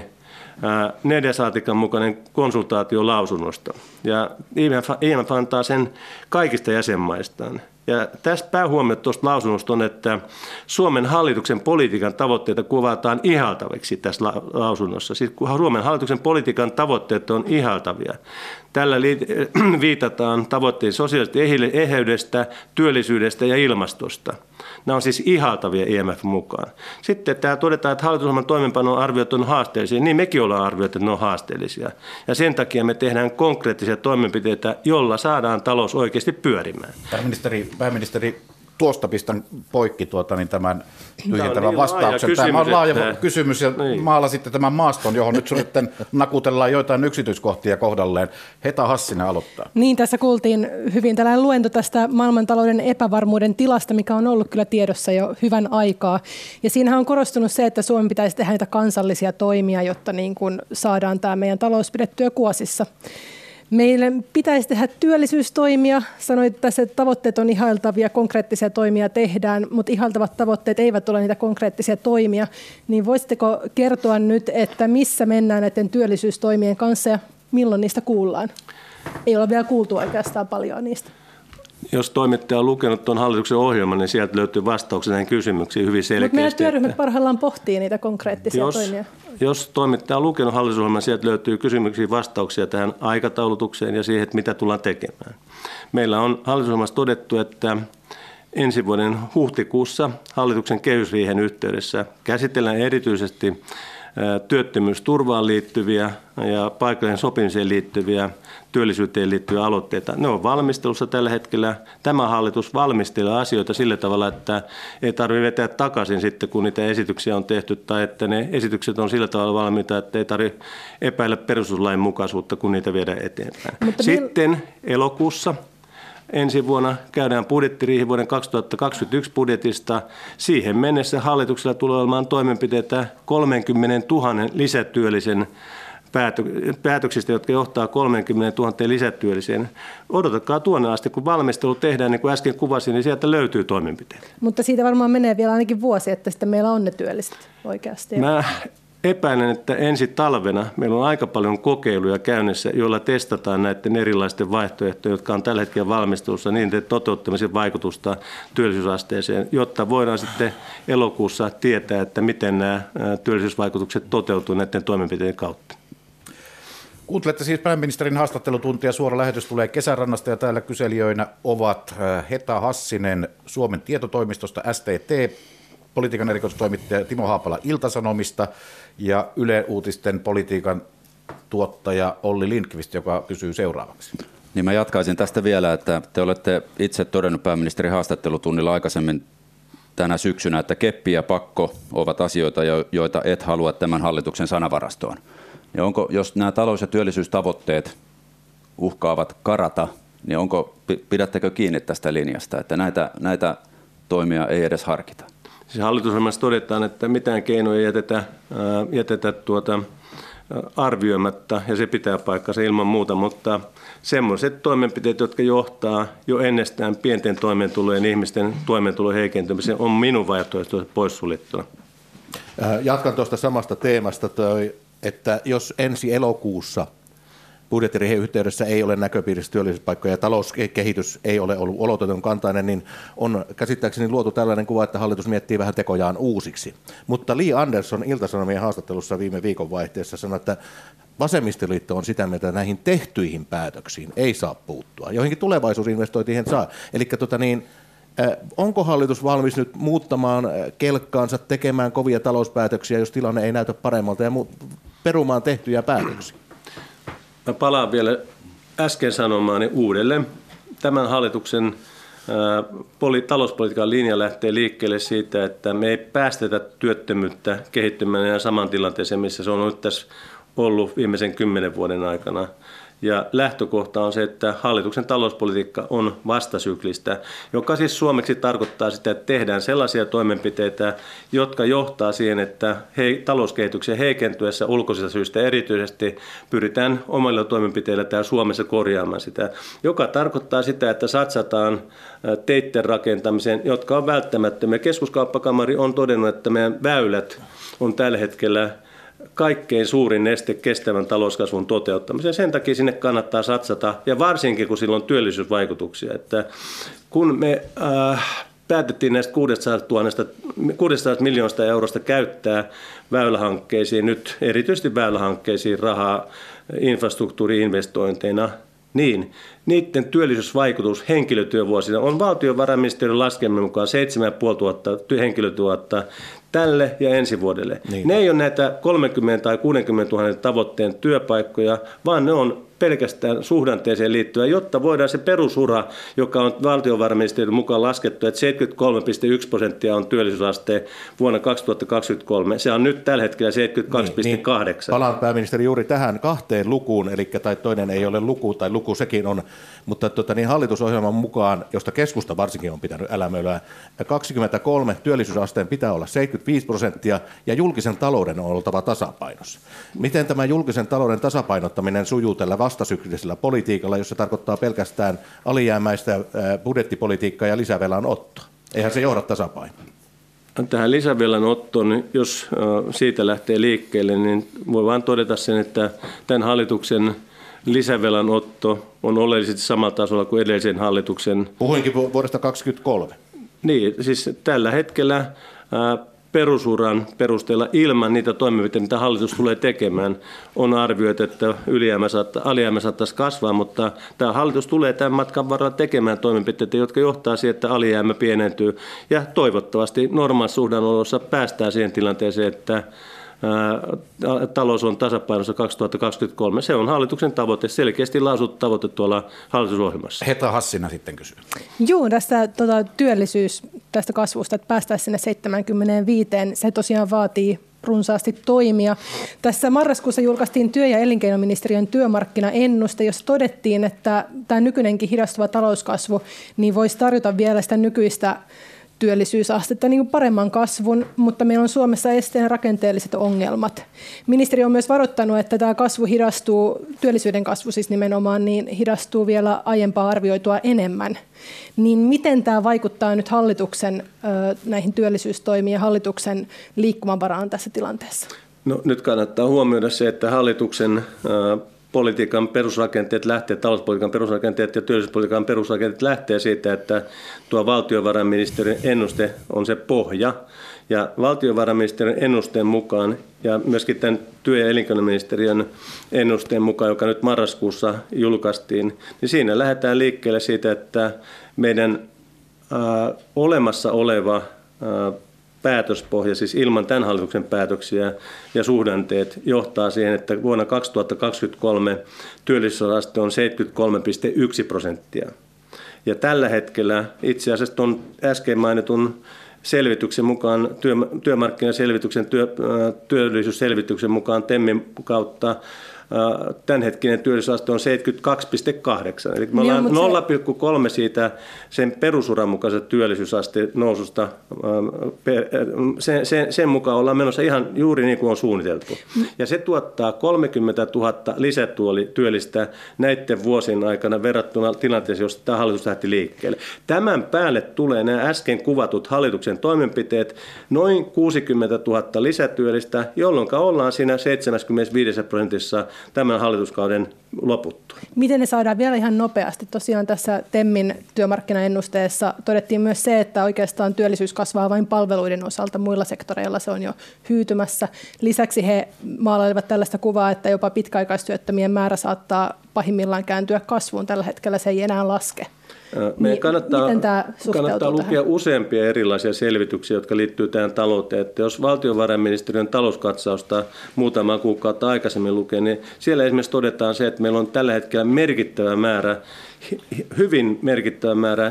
4 saatikan mukainen konsultaatio lausunnosta. Ja IMF antaa sen kaikista jäsenmaistaan. Ja tästä päähuomio tuosta lausunnosta on, että Suomen hallituksen politiikan tavoitteita kuvataan ihaltaviksi tässä lausunnossa. Siis Suomen hallituksen politiikan tavoitteet on ihaltavia. Tällä viitataan tavoitteisiin sosiaalisesta eheydestä, työllisyydestä ja ilmastosta. Nämä on siis ihaltavia IMF mukaan. Sitten tämä todetaan, että hallitusohjelman toimeenpanon arviot on haasteellisia. Niin mekin ollaan arvioitu, että ne on haasteellisia. Ja sen takia me tehdään konkreettisia toimenpiteitä, jolla saadaan talous oikeasti pyörimään. Pääministeri, tuosta pistän poikki tämän tyhjentävän vastauksen. Tämä on laaja kysymys ja maalasitte tämän maaston, johon nyt sitten nakutellaan joitain yksityiskohtia kohdalleen. Heta Hassinen aloittaa. Niin, tässä kuultiin hyvin tällainen luento tästä maailmantalouden epävarmuuden tilasta, mikä on ollut kyllä tiedossa jo hyvän aikaa. Ja siinähän on korostunut se, että Suomen pitäisi tehdä niitä kansallisia toimia, jotta niin kuin saadaan tämä meidän talous pidettyä kuosissa. Meille pitäisi tehdä työllisyystoimia. Sanoit tässä, että tavoitteet on ihailtavia, konkreettisia toimia tehdään, mutta ihailtavat tavoitteet eivät ole niitä konkreettisia toimia. Niin voisitteko kertoa nyt, että missä mennään näiden työllisyystoimien kanssa ja milloin niistä kuullaan? Ei ole vielä kuultu oikeastaan paljon niistä. Jos toimittaja on lukenut tuon hallituksen ohjelman, niin sieltä löytyy vastauksia näihin kysymyksiin hyvin selkeästi. Mutta meidän työryhmät parhaillaan pohtii niitä konkreettisia toimia. Jos toimittaja on lukenut hallitusohjelman, sieltä löytyy kysymyksiin vastauksia tähän aikataulutukseen ja siihen, että mitä tullaan tekemään. Meillä on hallitusohjelmassa todettu, että ensi vuoden huhtikuussa hallituksen kehysriihen yhteydessä käsitellään erityisesti työttömyysturvaan liittyviä ja paikallisen sopimiseen liittyviä, työllisyyteen liittyviä aloitteita. Ne on valmistelussa tällä hetkellä. Tämä hallitus valmistelee asioita sillä tavalla, että ei tarvitse vetää takaisin sitten, kun niitä esityksiä on tehty, tai että ne esitykset on sillä tavalla valmiita, että ei tarvitse epäillä perustuslain mukaisuutta, kun niitä viedään eteenpäin. Sitten elokuussa ensi vuonna käydään budjettiriihi vuoden 2021 budjetista. Siihen mennessä hallituksella tulee olemaan toimenpiteitä 30 000 lisätyöllisen päätöksistä, jotka johtaa 30 000 lisätyölliseen. Odotakaa tuonne asti, kun valmistelu tehdään, niin kuin äsken kuvasin, niin sieltä löytyy toimenpiteitä. Mutta siitä varmaan menee vielä ainakin vuosi, että sitten meillä on ne työlliset oikeasti. Mä epäilen, että ensi talvena meillä on aika paljon kokeiluja käynnissä, joilla testataan näiden erilaisten vaihtoehtojen, jotka on tällä hetkellä valmistelussa, niiden toteuttamisen vaikutusta työllisyysasteeseen, jotta voidaan sitten elokuussa tietää, että miten nämä työllisyysvaikutukset toteutuu näiden toimenpiteiden kautta. Kuuntelette siis pääministerin haastattelutuntia. Suora lähetys tulee Kesärannasta ja täällä kyselijöinä ovat Heta Hassinen Suomen tietotoimistosta STT, politiikan erikoistoimittaja Timo Haapala Ilta-Sanomista ja Yle Uutisten politiikan tuottaja Olli Lindqvist, joka kysyy seuraavaksi. Niin mä jatkaisin tästä vielä, että te olette itse todennut pääministerin haastattelutunnilla aikaisemmin tänä syksynä, että keppi ja pakko ovat asioita, joita et halua tämän hallituksen sanavarastoon. Ja jos nämä talous- ja työllisyystavoitteet uhkaavat karata, niin pidättekö kiinni tästä linjasta, että näitä toimia ei edes harkita? Siis hallitusohjelmassa todetaan, että mitään keinoja ei jätetä arvioimatta, ja se pitää paikkansa ilman muuta, mutta semmoiset toimenpiteet, jotka johtaa jo ennestään pienten toimeentulojen ihmisten toimeentulon heikentymiseen, on minun vaihtoehtoisesti poissuljettuna. Jatkan tuosta samasta teemasta, että jos ensi elokuussa budjettiriihen yhteydessä ei ole näköpiirissä työllisyyspaikkoja ja talouskehitys ei ole ollut olotetun kantainen, niin on käsittääkseni luotu tällainen kuva, että hallitus miettii vähän tekojaan uusiksi. Mutta Li Andersson Ilta-Sanomien haastattelussa viime viikonvaihteessa sanoi, että vasemmistoliitto on sitä mieltä, että näihin tehtyihin päätöksiin ei saa puuttua. Joihinkin tulevaisuusinvestointiin saa. Eli onko hallitus valmis nyt muuttamaan kelkkaansa, tekemään kovia talouspäätöksiä, jos tilanne ei näytä paremmalta, ja perumaan tehtyjä päätöksiä? Mä palaan vielä äsken sanomaani uudelleen. Tämän hallituksen talouspolitiikan linja lähtee liikkeelle siitä, että me ei päästetä työttömyyttä kehittymään ja saman tilanteeseen, missä se on nyt tässä ollut viimeisen 10 vuoden aikana. Ja lähtökohta on se, että hallituksen talouspolitiikka on vastasyklistä, joka siis suomeksi tarkoittaa sitä, että tehdään sellaisia toimenpiteitä, jotka johtaa siihen, että talouskehityksen heikentyessä ulkoisista syistä erityisesti pyritään omilla toimenpiteillä täällä Suomessa korjaamaan sitä, joka tarkoittaa sitä, että satsataan teitten rakentamiseen, jotka on välttämättömiä. Keskuskauppakamari on todennut, että meidän väylät on tällä hetkellä kaikkein suurin este kestävän talouskasvun toteuttamiseen. Sen takia sinne kannattaa satsata, ja varsinkin kun sillä on työllisyysvaikutuksia. Että kun me päätettiin näistä 600 miljoonasta eurosta käyttää väylähankkeisiin, nyt erityisesti väylähankkeisiin rahaa infrastruktuuri-investointeina, niin niiden työllisyysvaikutus henkilötyövuosina on valtiovarainministeriön laskelmien mukaan 7500 henkilötyövuotta tälle ja ensi vuodelle. Niin. Ne ei ole näitä 30 tai 60 000 tavoitteen työpaikkoja, vaan ne on pelkästään suhdanteeseen liittyvä, jotta voidaan se perusura, joka on valtiovarainministeriön mukaan laskettu, että 73,1% on työllisyysaste vuonna 2023. Se on nyt tällä hetkellä 72,8%. Niin. Palaan pääministeri juuri tähän 2 lukuun, eli tai toinen ei ole luku, tai luku sekin on, mutta hallitusohjelman mukaan, josta keskusta varsinkin on pitänyt älämölää, 23 työllisyysasteen pitää olla 75% ja julkisen talouden on oltava tasapainossa. Miten tämä julkisen talouden tasapainottaminen sujuu tällä vastasyklisellä politiikalla, jossa tarkoittaa pelkästään alijäämäistä budjettipolitiikkaa ja lisävelan ottoa? Eihän se johda tasapainoon. Tähän lisävelan ottoon, jos siitä lähtee liikkeelle, niin voi vain todeta sen, että tämän hallituksen lisävelan otto on oleellisesti samalla tasolla kuin edellisen hallituksen. Puhuinkin vuodesta 2023. Niin, siis tällä hetkellä perusuran perusteella ilman niitä toimenpiteitä, mitä hallitus tulee tekemään, on arvioitu, että alijäämä saattaisi kasvaa, mutta tämä hallitus tulee tämän matkan varrella tekemään toimenpiteitä, jotka johtaa siihen, että alijäämä pienentyy. Ja toivottavasti normaalissa suhdanneolossa päästään siihen tilanteeseen, että talous on tasapainossa 2023. Se on hallituksen tavoite, selkeästi lausuttu tavoite tuolla hallitusohjelmassa. Heta Hassina sitten kysyy. Joo, tästä työllisyys tästä kasvusta, että päästäisiin sinne 75, se tosiaan vaatii runsaasti toimia. Tässä marraskuussa julkaistiin työ- ja elinkeinoministeriön työmarkkinaennuste, jossa todettiin, että tämä nykyinenkin hidastuva talouskasvu niin voisi tarjota vielä sitä nykyistä työllisyysastetta niin kuin paremman kasvun, mutta meillä on Suomessa esteen rakenteelliset ongelmat. Ministeri on myös varoittanut, että tämä kasvu hidastuu, työllisyyden kasvu siis nimenomaan, niin hidastuu vielä aiempaa arvioitua enemmän. Niin miten tämä vaikuttaa nyt hallituksen näihin työllisyystoimiin ja hallituksen liikkumavaraan tässä tilanteessa? No, nyt kannattaa huomioida se, että hallituksen politiikan perusrakenteet talouspolitiikan perusrakenteet ja työllisyyspolitiikan perusrakenteet lähtee siitä, että tuo valtiovarainministeriön ennuste on se pohja. Ja valtiovarainministeriön ennusteen mukaan ja myöskin tämän työ- ja elinkeinoministeriön ennusteen mukaan, joka nyt marraskuussa julkaistiin, niin siinä lähdetään liikkeelle siitä, että meidän olemassa oleva päätöspohja, siis ilman tämän hallituksen päätöksiä ja suhdanteet, johtaa siihen, että vuonna 2023 työllisyysaste on 73,1%. Ja tällä hetkellä itse asiassa tuon äsken mainitun selvityksen mukaan, työmarkkinaselvityksen, työllisyysselvityksen mukaan TEMin kautta tämänhetkinen työllisyysaste on 72,8. Eli me ollaan 0,3 siitä sen perusuran mukaisesta työllisyysasteen noususta. Sen mukaan ollaan menossa ihan juuri niin kuin on suunniteltu. Ja se tuottaa 30 000 lisätyöllistä näiden vuosien aikana verrattuna tilanteeseen, josta tämä hallitus lähti liikkeelle. Tämän päälle tulee nämä äsken kuvatut hallituksen toimenpiteet, noin 60 000 lisätyöllistä, jolloin ollaan siinä 75% tämän hallituskauden loputtua. Miten ne saadaan vielä ihan nopeasti? Tosiaan tässä TEMin työmarkkinaennusteessa todettiin myös se, että oikeastaan työllisyys kasvaa vain palveluiden osalta, muilla sektoreilla se on jo hyytymässä. Lisäksi he maalailivat tällaista kuvaa, että jopa pitkäaikaistyöttömien määrä saattaa pahimmillaan kääntyä kasvuun. Tällä hetkellä se ei enää laske. Meidän kannattaa lukea useampia erilaisia selvityksiä, jotka liittyvät tähän talouteen. Että jos valtiovarainministeriön talouskatsausta muutama kuukautta aikaisemmin lukee, niin siellä esimerkiksi todetaan se, että meillä on tällä hetkellä hyvin merkittävä määrä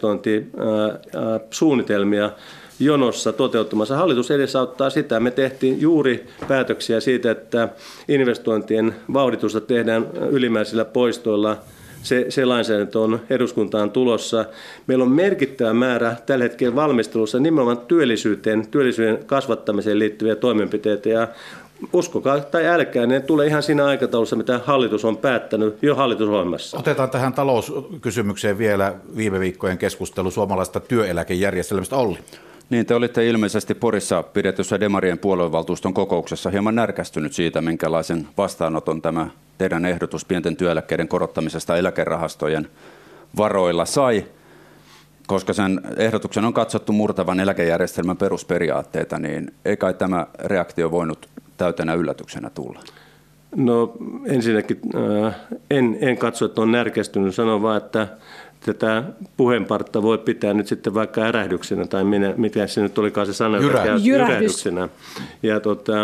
investointisuunnitelmia jonossa toteuttamassa. Hallitus edesauttaa sitä. Me tehtiin juuri päätöksiä siitä, että investointien vauhditusta tehdään ylimääräisillä poistoilla. Se lainsäädäntö on eduskuntaan tulossa. Meillä on merkittävä määrä tällä hetkellä valmistelussa nimenomaan työllisyyden kasvattamiseen liittyviä toimenpiteitä. Ja uskokaa tai älkää, ne tulee ihan siinä aikataulussa, mitä hallitus on päättänyt jo hallitusohjelmassa. Otetaan tähän talouskysymykseen vielä viime viikkojen keskustelu suomalaisesta työeläkejärjestelmästä. Olli. Niin, te olitte ilmeisesti Porissa pidetyssä Demarien puoluevaltuuston kokouksessa hieman närkästynyt siitä, minkälaisen vastaanoton tämä teidän ehdotus pienten työeläkkeiden korottamisesta eläkerahastojen varoilla sai, koska sen ehdotuksen on katsottu murtavan eläkejärjestelmän perusperiaatteita, niin ei kai tämä reaktio voinut täytenä yllätyksenä tulla? No ensinnäkin en katso, että on närkästynyt, sanon vaan, että tätä puheenpartta voi pitää nyt sitten vaikka ärähdyksenä, tai mikä se nyt olikaan se sana, jyrähdyksenä. Ja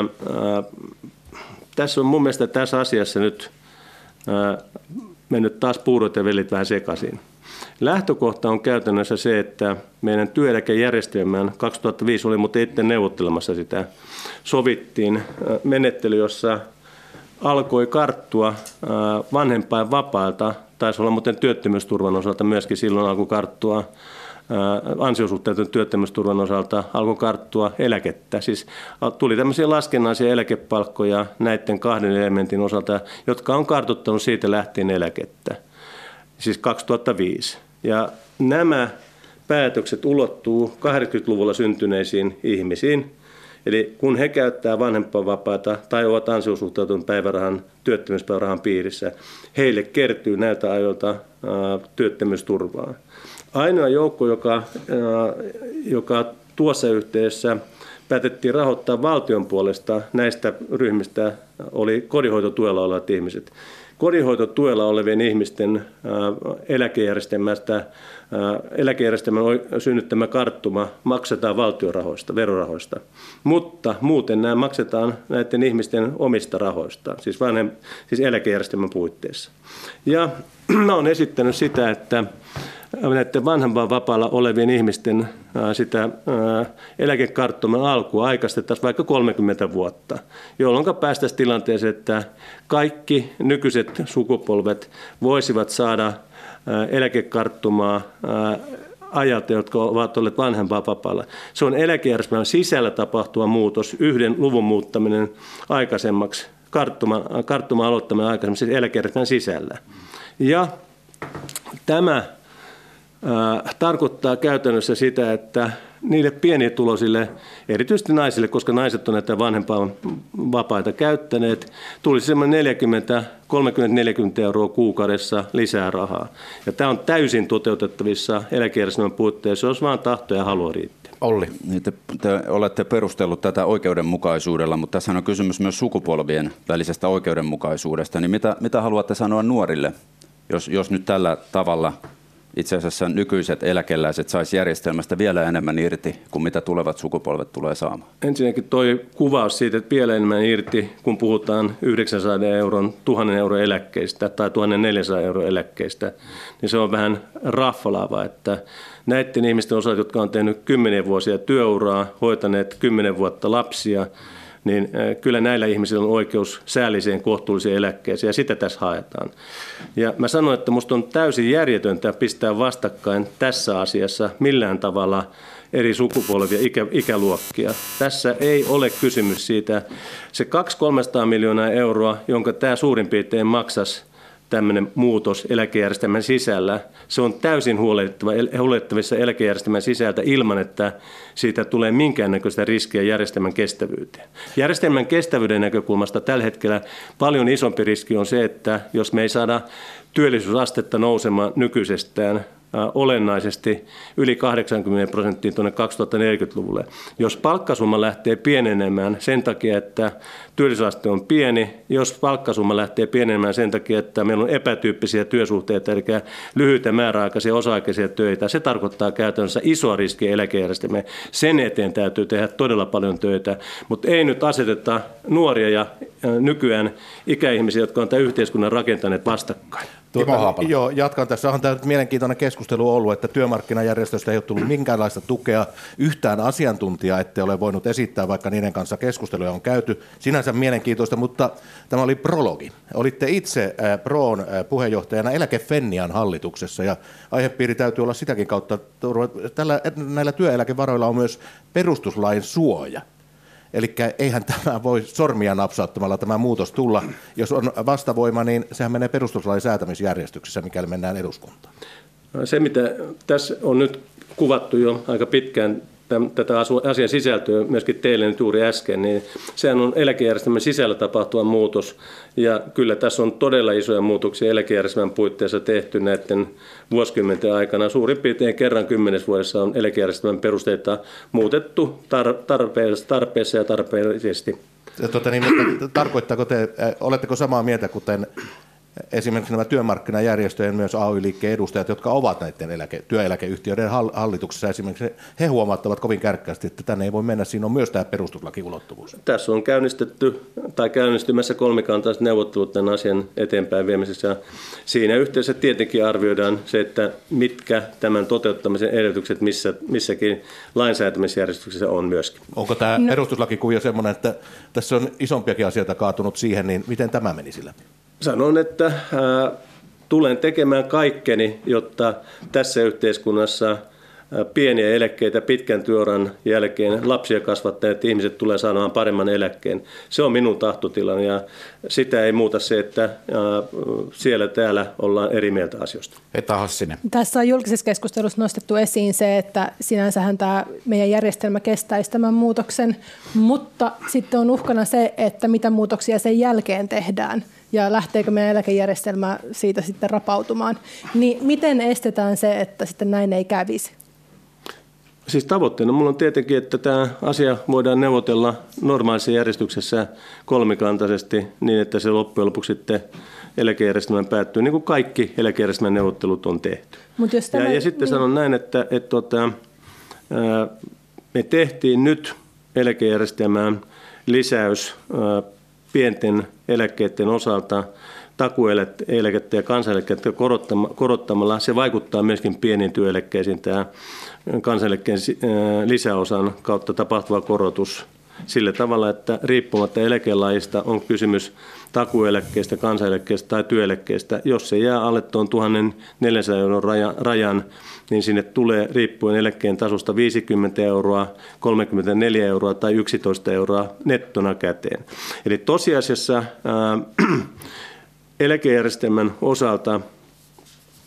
tässä on mun mielestä tässä asiassa nyt mennyt taas puurot ja vellit vähän sekaisin. Lähtökohta on käytännössä se, että meidän työeläkejärjestelmään 2005 oli muuten itse neuvottelemassa sitä, sovittiin menettely, jossa alkoi karttua vanhempainvapaalta, taisi olla muuten työttömyysturvan osalta myöskin silloin alkoi karttua, ansiosuhteiden työttömyysturvan osalta alkoi karttua eläkettä. Siis tuli tämmöisiä laskennallisia eläkepalkkoja näiden kahden elementin osalta, jotka on kartuttanut siitä lähtien eläkettä, siis 2005. Ja nämä päätökset ulottuu 80-luvulla syntyneisiin ihmisiin. Eli kun he käyttää vanhempainvapaata tai ovat ansiosuhteutetun päivärahan, työttömyyspäivärahan piirissä, heille kertyy näiltä ajoilta työttömyysturvaa. Ainoa joukko, joka tuossa yhteydessä päätettiin rahoittaa valtion puolesta näistä ryhmistä, oli kodinhoitotuella olevat ihmiset. Kodinhoitotuella olevien ihmisten eläkejärjestelmän synnyttämä karttuma maksetaan valtiorahoista, verorahoista, mutta muuten nämä maksetaan näiden ihmisten omista rahoista, siis eläkejärjestelmän puitteissa. Ja mä olen esittänyt sitä, että näiden vanhempainvapaalla olevien ihmisten sitä eläkekarttuman alkua aikaistettaisiin vaikka 30 vuotta, jolloin päästäisiin tilanteeseen, että kaikki nykyiset sukupolvet voisivat saada eläkekarttumaa ajalta, jotka ovat olleet vanhempainvapaalla. Se on eläkejärjestelmän sisällä tapahtuva muutos, yhden luvun muuttaminen aikaisemmaksi, karttuma aloittaminen aikaisemmaksi, siis eläkejärjestelmän sisällä. Ja tämä tarkoittaa käytännössä sitä, että niille pienituloisille, erityisesti naisille, koska naiset on näitä vanhempaa vapaita käyttäneet, tulisi semmoinen 30-40 euroa kuukaudessa lisää rahaa. Ja tämä on täysin toteutettavissa eläkejärjestelmän puitteissa, jos vaan tahto ja halua riittää. Olli. Te olette perustellut tätä oikeudenmukaisuudella, mutta tässä on kysymys myös sukupolvien välisestä oikeudenmukaisuudesta. Niin mitä haluatte sanoa nuorille, jos nyt tällä tavalla itse asiassa nykyiset eläkeläiset saisi järjestelmästä vielä enemmän irti kuin mitä tulevat sukupolvet tulee saamaan? Ensinnäkin toi kuvaus siitä, että vielä enemmän irti, kun puhutaan 900 euron, 1000 euron eläkkeistä tai 1400 euron eläkkeistä, niin se on vähän raffalaava, että näiden ihmisten osalta, jotka on tehnyt 10 vuosia työuraa, hoitaneet 10 vuotta lapsia, niin kyllä näillä ihmisillä on oikeus säälliseen kohtuulliseen eläkkeeseen, ja sitä tässä haetaan. Ja mä sanoin, että musta on täysin järjetöntä pistää vastakkain tässä asiassa millään tavalla eri sukupolvia, ikäluokkia. Tässä ei ole kysymys siitä. Se 200-300 miljoonaa euroa, jonka tämä suurin piirtein maksaisi tämmöinen muutos eläkejärjestelmän sisällä, se on täysin huolehdittavissa eläkejärjestelmän sisältä ilman, että siitä tulee minkäännäköistä riskiä järjestelmän kestävyyteen. Järjestelmän kestävyyden näkökulmasta tällä hetkellä paljon isompi riski on se, että jos me ei saada työllisyysastetta nousemaan nykyisestään olennaisesti yli 80% tuonne 2040-luvulle. Jos palkkasumma lähtee pienenemään sen takia, että työllisyysaste on pieni, jos palkkasumma lähtee pienenemään sen takia, että meillä on epätyyppisiä työsuhteita, eli lyhyitä määräaikaisia osa-aikaisia töitä, se tarkoittaa käytännössä isoa riskiä eläkejärjestelmään. Sen eteen täytyy tehdä todella paljon töitä, mutta ei nyt aseteta nuoria ja nykyään ikäihmisiä, jotka on tämän yhteiskunnan rakentaneet vastakkain. Joo, jatkan tässä. On tämä mielenkiintoinen keskustelu ollut, että työmarkkinajärjestöstä ei ole tullut minkäänlaista tukea yhtään asiantuntijaa, ettei ole voinut esittää, vaikka niiden kanssa keskusteluja on käyty. Sinänsä mielenkiintoista, mutta tämä oli prologi. Olitte itse Proon puheenjohtajana Eläke-Fennian hallituksessa, ja aihepiiri täytyy olla sitäkin kautta. Näillä työeläkevaroilla on myös perustuslain suoja. Eli eihän tämä voi sormia napsauttamalla tämä muutos tulla. Jos on vastavoima, niin sehän menee perustuslain säätämisjärjestyksessä, mikäli mennään eduskuntaan. Se, mitä tässä on nyt kuvattu jo aika pitkään, tätä asian sisältöä myöskin teille nyt juuri äsken, niin sehän on eläkejärjestelmän sisällä tapahtuva muutos. Ja kyllä tässä on todella isoja muutoksia eläkejärjestelmän puitteissa tehty näiden vuosikymmenten aikana. Suurin piirtein kerran 10 vuodessa on eläkejärjestelmän perusteita muutettu tarpeessa ja tarpeellisesti. Tarkoittaako oletteko samaa mieltä, kuten esimerkiksi nämä työmarkkinajärjestöjen myös AY-liikkeen edustajat, jotka ovat näiden työeläkeyhtiöiden hallituksessa esimerkiksi, he huomauttavat kovin kärkkäästi, että tänne ei voi mennä, siinä on myös tämä perustuslakiulottuvuus. Tässä on käynnistymässä kolmikantaiset neuvottelut tämän asian eteenpäin viemisessä, ja siinä yhteydessä tietenkin arvioidaan se, että mitkä tämän toteuttamisen edellytykset missäkin lainsäätämisjärjestyksessä on myöskin. Onko tämä perustuslakikuvio sellainen, että tässä on isompiakin asioita kaatunut siihen, niin miten tämä menisi läpi? Sanon, että tulen tekemään kaikkeni, jotta tässä yhteiskunnassa pieniä eläkkeitä pitkän työuran jälkeen lapsia kasvattaneet ihmiset tulee saamaan paremman eläkkeen. Se on minun tahtotilani, ja sitä ei muuta se, että siellä täällä ollaan eri mieltä asioista. Heta Hassinen. Tässä on julkisessa keskustelussa nostettu esiin se, että sinänsähän tämä meidän järjestelmä kestäisi tämän muutoksen, mutta sitten on uhkana se, että mitä muutoksia sen jälkeen tehdään. Ja lähteekö meidän eläkejärjestelmä siitä sitten rapautumaan. Niin miten estetään se, että sitten näin ei kävisi? Siis tavoitteena minulla on tietenkin, että tämä asia voidaan neuvotella normaalissa järjestyksessä kolmikantaisesti niin, että se loppujen lopuksi sitten eläkejärjestelmän päättyy, niin kuin kaikki eläkejärjestelmän neuvottelut on tehty. Ja sitten sanon näin, että me tehtiin nyt eläkejärjestelmään lisäys pienten eläkkeiden osalta takuueläkettä ja kansaneläkettä korottamalla. Se vaikuttaa myöskin pieniin työeläkkeisiin, tämä kansaneläkkeen lisäosan kautta tapahtuva korotus sillä tavalla, että riippumatta eläkelajista on kysymys takuueläkkeestä, kansaneläkkeestä tai työeläkkeestä. Jos se jää alle tuon 1400 euron rajan, niin sinne tulee riippuen eläkkeen tasosta 50 euroa, 34 euroa tai 11 euroa nettona käteen. Eli tosiasiassa eläkejärjestelmän osalta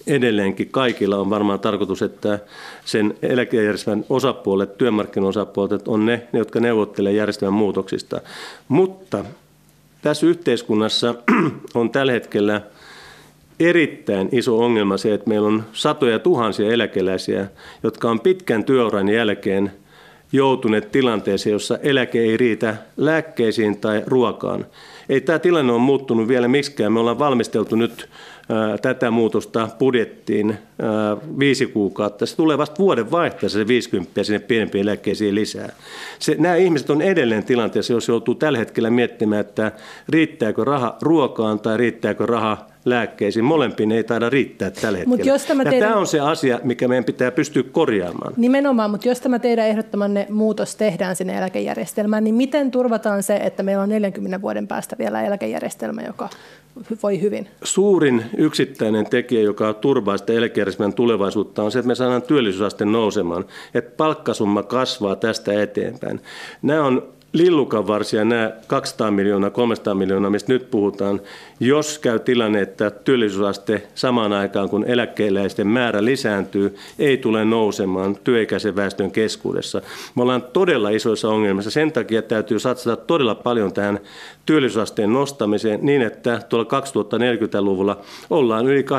edelleenkin kaikilla on varmaan tarkoitus, että sen eläkejärjestelmän osapuolet, työmarkkinaosapuolet on ne, jotka neuvottelevat järjestelmän muutoksista. Mutta tässä yhteiskunnassa on tällä hetkellä erittäin iso ongelma se, että meillä on satoja tuhansia eläkeläisiä, jotka on pitkän työuran jälkeen joutuneet tilanteeseen, jossa eläke ei riitä lääkkeisiin tai ruokaan. Ei tämä tilanne ole muuttunut vielä miksikään. Me ollaan valmisteltu nyt tätä muutosta budjettiin 5 kuukautta. Se tulee vasta vuoden vaihteessa se 50 sinne pienempiin eläkkeisiin lisää. Nämä ihmiset on edelleen tilanteessa, jos joutuu tällä hetkellä miettimään, että riittääkö raha ruokaan tai riittääkö raha lääkkeisiin. Molempiin ei taida riittää tällä hetkellä. Tämä on se asia, mikä meidän pitää pystyä korjaamaan. Nimenomaan, mutta jos tämä teidän ehdottamanne muutos tehdään sinne eläkejärjestelmään, niin miten turvataan se, että meillä on 40 vuoden päästä vielä eläkejärjestelmä, joka voi hyvin? Suurin yksittäinen tekijä, joka turvaa sitä eläkejärjestelmän tulevaisuutta, on se, että me saadaan työllisyysaste nousemaan, että palkkasumma kasvaa tästä eteenpäin. Nämä on lillukanvarsia, nämä 200 miljoonaa, 300 miljoonaa, mistä nyt puhutaan, jos käy tilanne, että työllisyysaste samaan aikaan, kun eläkkeelläisten määrä lisääntyy, ei tule nousemaan työikäisen väestön keskuudessa. Me ollaan todella isoissa ongelmissa. Sen takia täytyy satsata todella paljon tähän työllisyysasteen nostamiseen niin, että tuolla 2040-luvulla ollaan yli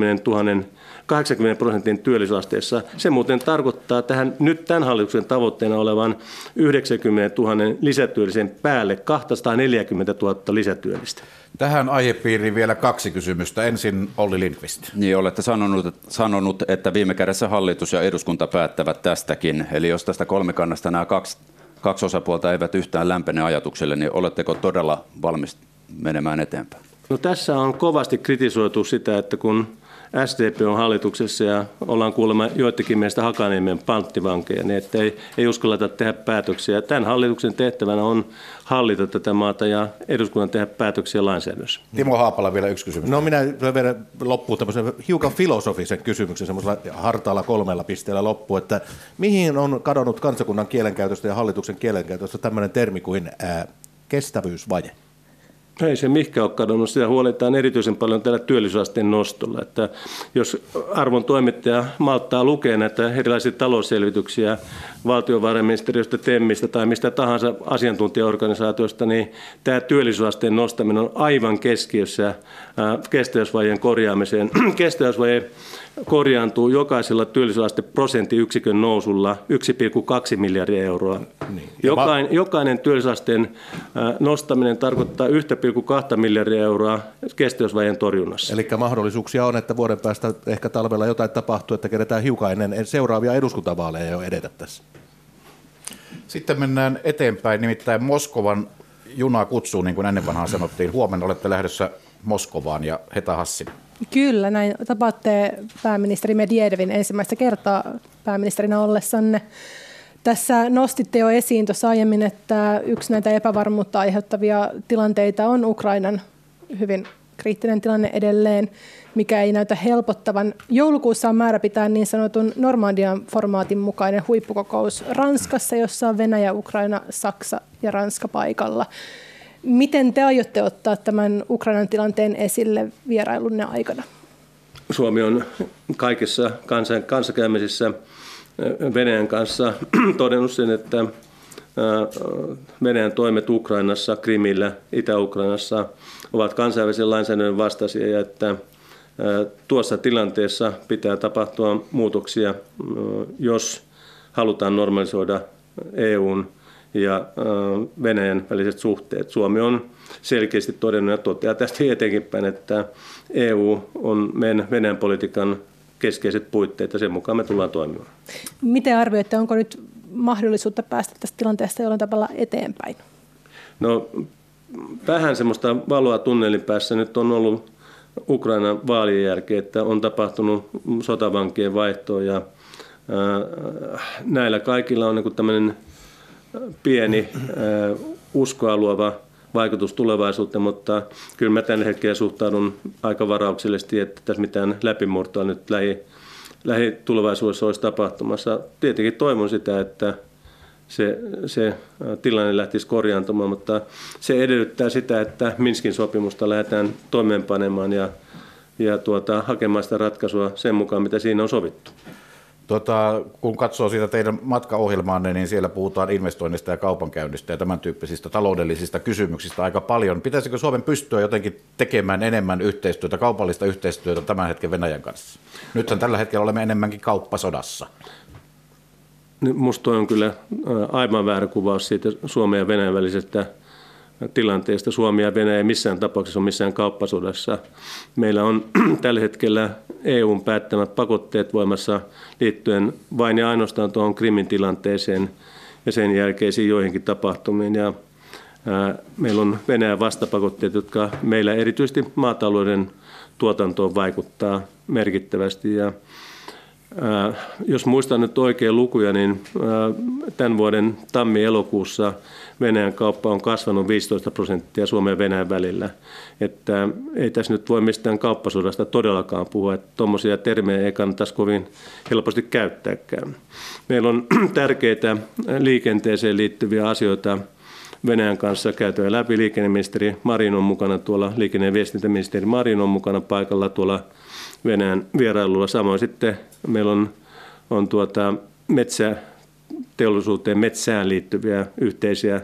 80% työllisyysasteessa. Se muuten tarkoittaa nyt tämän hallituksen tavoitteena olevan 90 000 lisätyöllisen päälle 240 000 lisätyöllistä. Tähän aihepiiriin vielä 2 kysymystä. Ensin Olli Lindqvist. Niin, olette sanonut, että viime kädessä hallitus ja eduskunta päättävät tästäkin. Eli jos tästä kolmikannasta nämä kaksi osapuolta eivät yhtään lämpene ajatukselle, niin oletteko todella valmis menemään eteenpäin? No, tässä on kovasti kritisoitu sitä, että kun SDP on hallituksessa ja ollaan kuulemma joitakin meistä Hakaniemen panttivankeja, niin että ei uskalleta tehdä päätöksiä. Tämän hallituksen tehtävänä on hallita tätä maata ja eduskunnan tehdä päätöksiä lainsäädännössä. Timo Haapala, vielä 1 kysymys. No minä vielä loppuun tämmöisen hiukan filosofisen kysymyksen semmoisella hartaalla 3 pisteellä loppuun, että mihin on kadonnut kansakunnan kielenkäytöstä ja hallituksen kielenkäytöstä tämmöinen termi kuin kestävyysvaje? Ei se mihinkään ole kadonnut. Sitä huolehditaan erityisen paljon tällä työllisyysasteen nostolla. Että jos arvon toimittaja malttaa lukea näitä erilaisia talousselvityksiä valtiovarainministeriöstä, TEMistä tai mistä tahansa asiantuntijaorganisaatiosta, niin tämä työllisyysasteen nostaminen on aivan keskiössä kestävyysvajeen korjaamiseen. Kestävyysvaje korjaantuu jokaisella työllisyysasteprosenttiyksikön nousulla 1,2 miljardia euroa. Niin. Jokainen työllisyysasteen nostaminen tarkoittaa 1,2 miljardia euroa kestävyysvajeen torjunnassa. Eli mahdollisuuksia on, että vuoden päästä ehkä talvella jotain tapahtuu, että kerätään hiukan ennen seuraavia eduskuntavaaleja jo edetä tässä. Sitten mennään eteenpäin, nimittäin Moskovan juna kutsuu, niin kuin ennen vanhaan sanottiin. Huomenna olette lähdössä Moskovaan ja Heta Hassin. Näin tapaatte pääministeri Medvedevin ensimmäistä kertaa pääministerinä ollessanne. Tässä nostitte jo esiin tuossa aiemmin, että yksi näitä epävarmuutta aiheuttavia tilanteita on Ukrainan hyvin kriittinen tilanne edelleen, mikä ei näytä helpottavan. Joulukuussa on määrä pitää niin sanotun Normandian formaatin mukainen huippukokous Ranskassa, jossa on Venäjä, Ukraina, Saksa ja Ranska paikalla. Miten te aiotte ottaa tämän Ukrainan tilanteen esille vierailunne aikana? Suomi on kaikissa kanssakäymisissä Venäjän kanssa todennut sen, että Venäjän toimet Ukrainassa, Krimillä, Itä-Ukrainassa ovat kansainvälisen lainsäädännön vastaisia ja että tuossa tilanteessa pitää tapahtua muutoksia, jos halutaan normalisoida EUn ja Venäjän väliset suhteet. Suomi on selkeästi todennut ja toteaa tästä eteenkinpäin, että EU on meidän Venäjän politiikan keskeiset puitteet ja sen mukaan me tullaan toimimaan. Miten arvioitte, onko nyt mahdollisuutta päästä tästä tilanteesta jollain tavalla eteenpäin? No, vähän semmoista valoa tunnelin päässä nyt on ollut Ukrainan vaalien jälkeen, että on tapahtunut sotavankien vaihtoa ja näillä kaikilla on niin tämmöinen pieni uskoa luova vaikutus tulevaisuuteen, mutta kyllä mä tällä hetkellä suhtaudun aika varauksellisesti, että tässä mitään läpimurtoa nyt lähitulevaisuudessa olisi tapahtumassa. Tietenkin toivon sitä, että se tilanne lähtisi korjaantumaan, mutta se edellyttää sitä, että Minskin sopimusta lähdetään toimeenpanemaan ja ja hakemaan sitä ratkaisua sen mukaan, mitä siinä on sovittu. Kun katsoo siitä teidän matkaohjelmaanne, niin siellä puhutaan investoinnista ja kaupankäynnistä ja tämän tyyppisistä taloudellisista kysymyksistä aika paljon. Pitäisikö Suomen pystyä jotenkin tekemään enemmän yhteistyötä, kaupallista yhteistyötä tämän hetken Venäjän kanssa? Nythän tällä hetkellä olemme enemmänkin kauppasodassa. Minusta toi on kyllä aivan väärä kuvaus siitä Suomen ja Venäjän välisestä tilanteesta. Suomi ja Venäjä ei missään tapauksessa ole missään kauppasodassa. Meillä on tällä hetkellä EUn päättämät pakotteet voimassa liittyen vain ja ainoastaan tuohon Krimin tilanteeseen ja sen jälkeisiin joihinkin tapahtumiin. Ja meillä on Venäjän vastapakotteet, jotka meillä erityisesti maatalouden tuotantoon vaikuttaa merkittävästi. Ja jos muistan nyt oikein lukuja, niin tämän vuoden tammi-elokuussa Venäjän kauppa on kasvanut 15% Suomen ja Venäjän välillä. Että ei tässä nyt voi mistään kauppasodasta todellakaan puhua, että tuommoisia termejä ei kannattaisi kovin helposti käyttääkään. Meillä on tärkeitä liikenteeseen liittyviä asioita Venäjän kanssa käytyä läpi. Liikenneministeri Marin on mukana tuolla, liikenne- ja viestintäministeri Marin on mukana paikalla tuolla Venäjän vierailulla. Samoin sitten meillä on metsäteollisuuteen, metsään liittyviä yhteisiä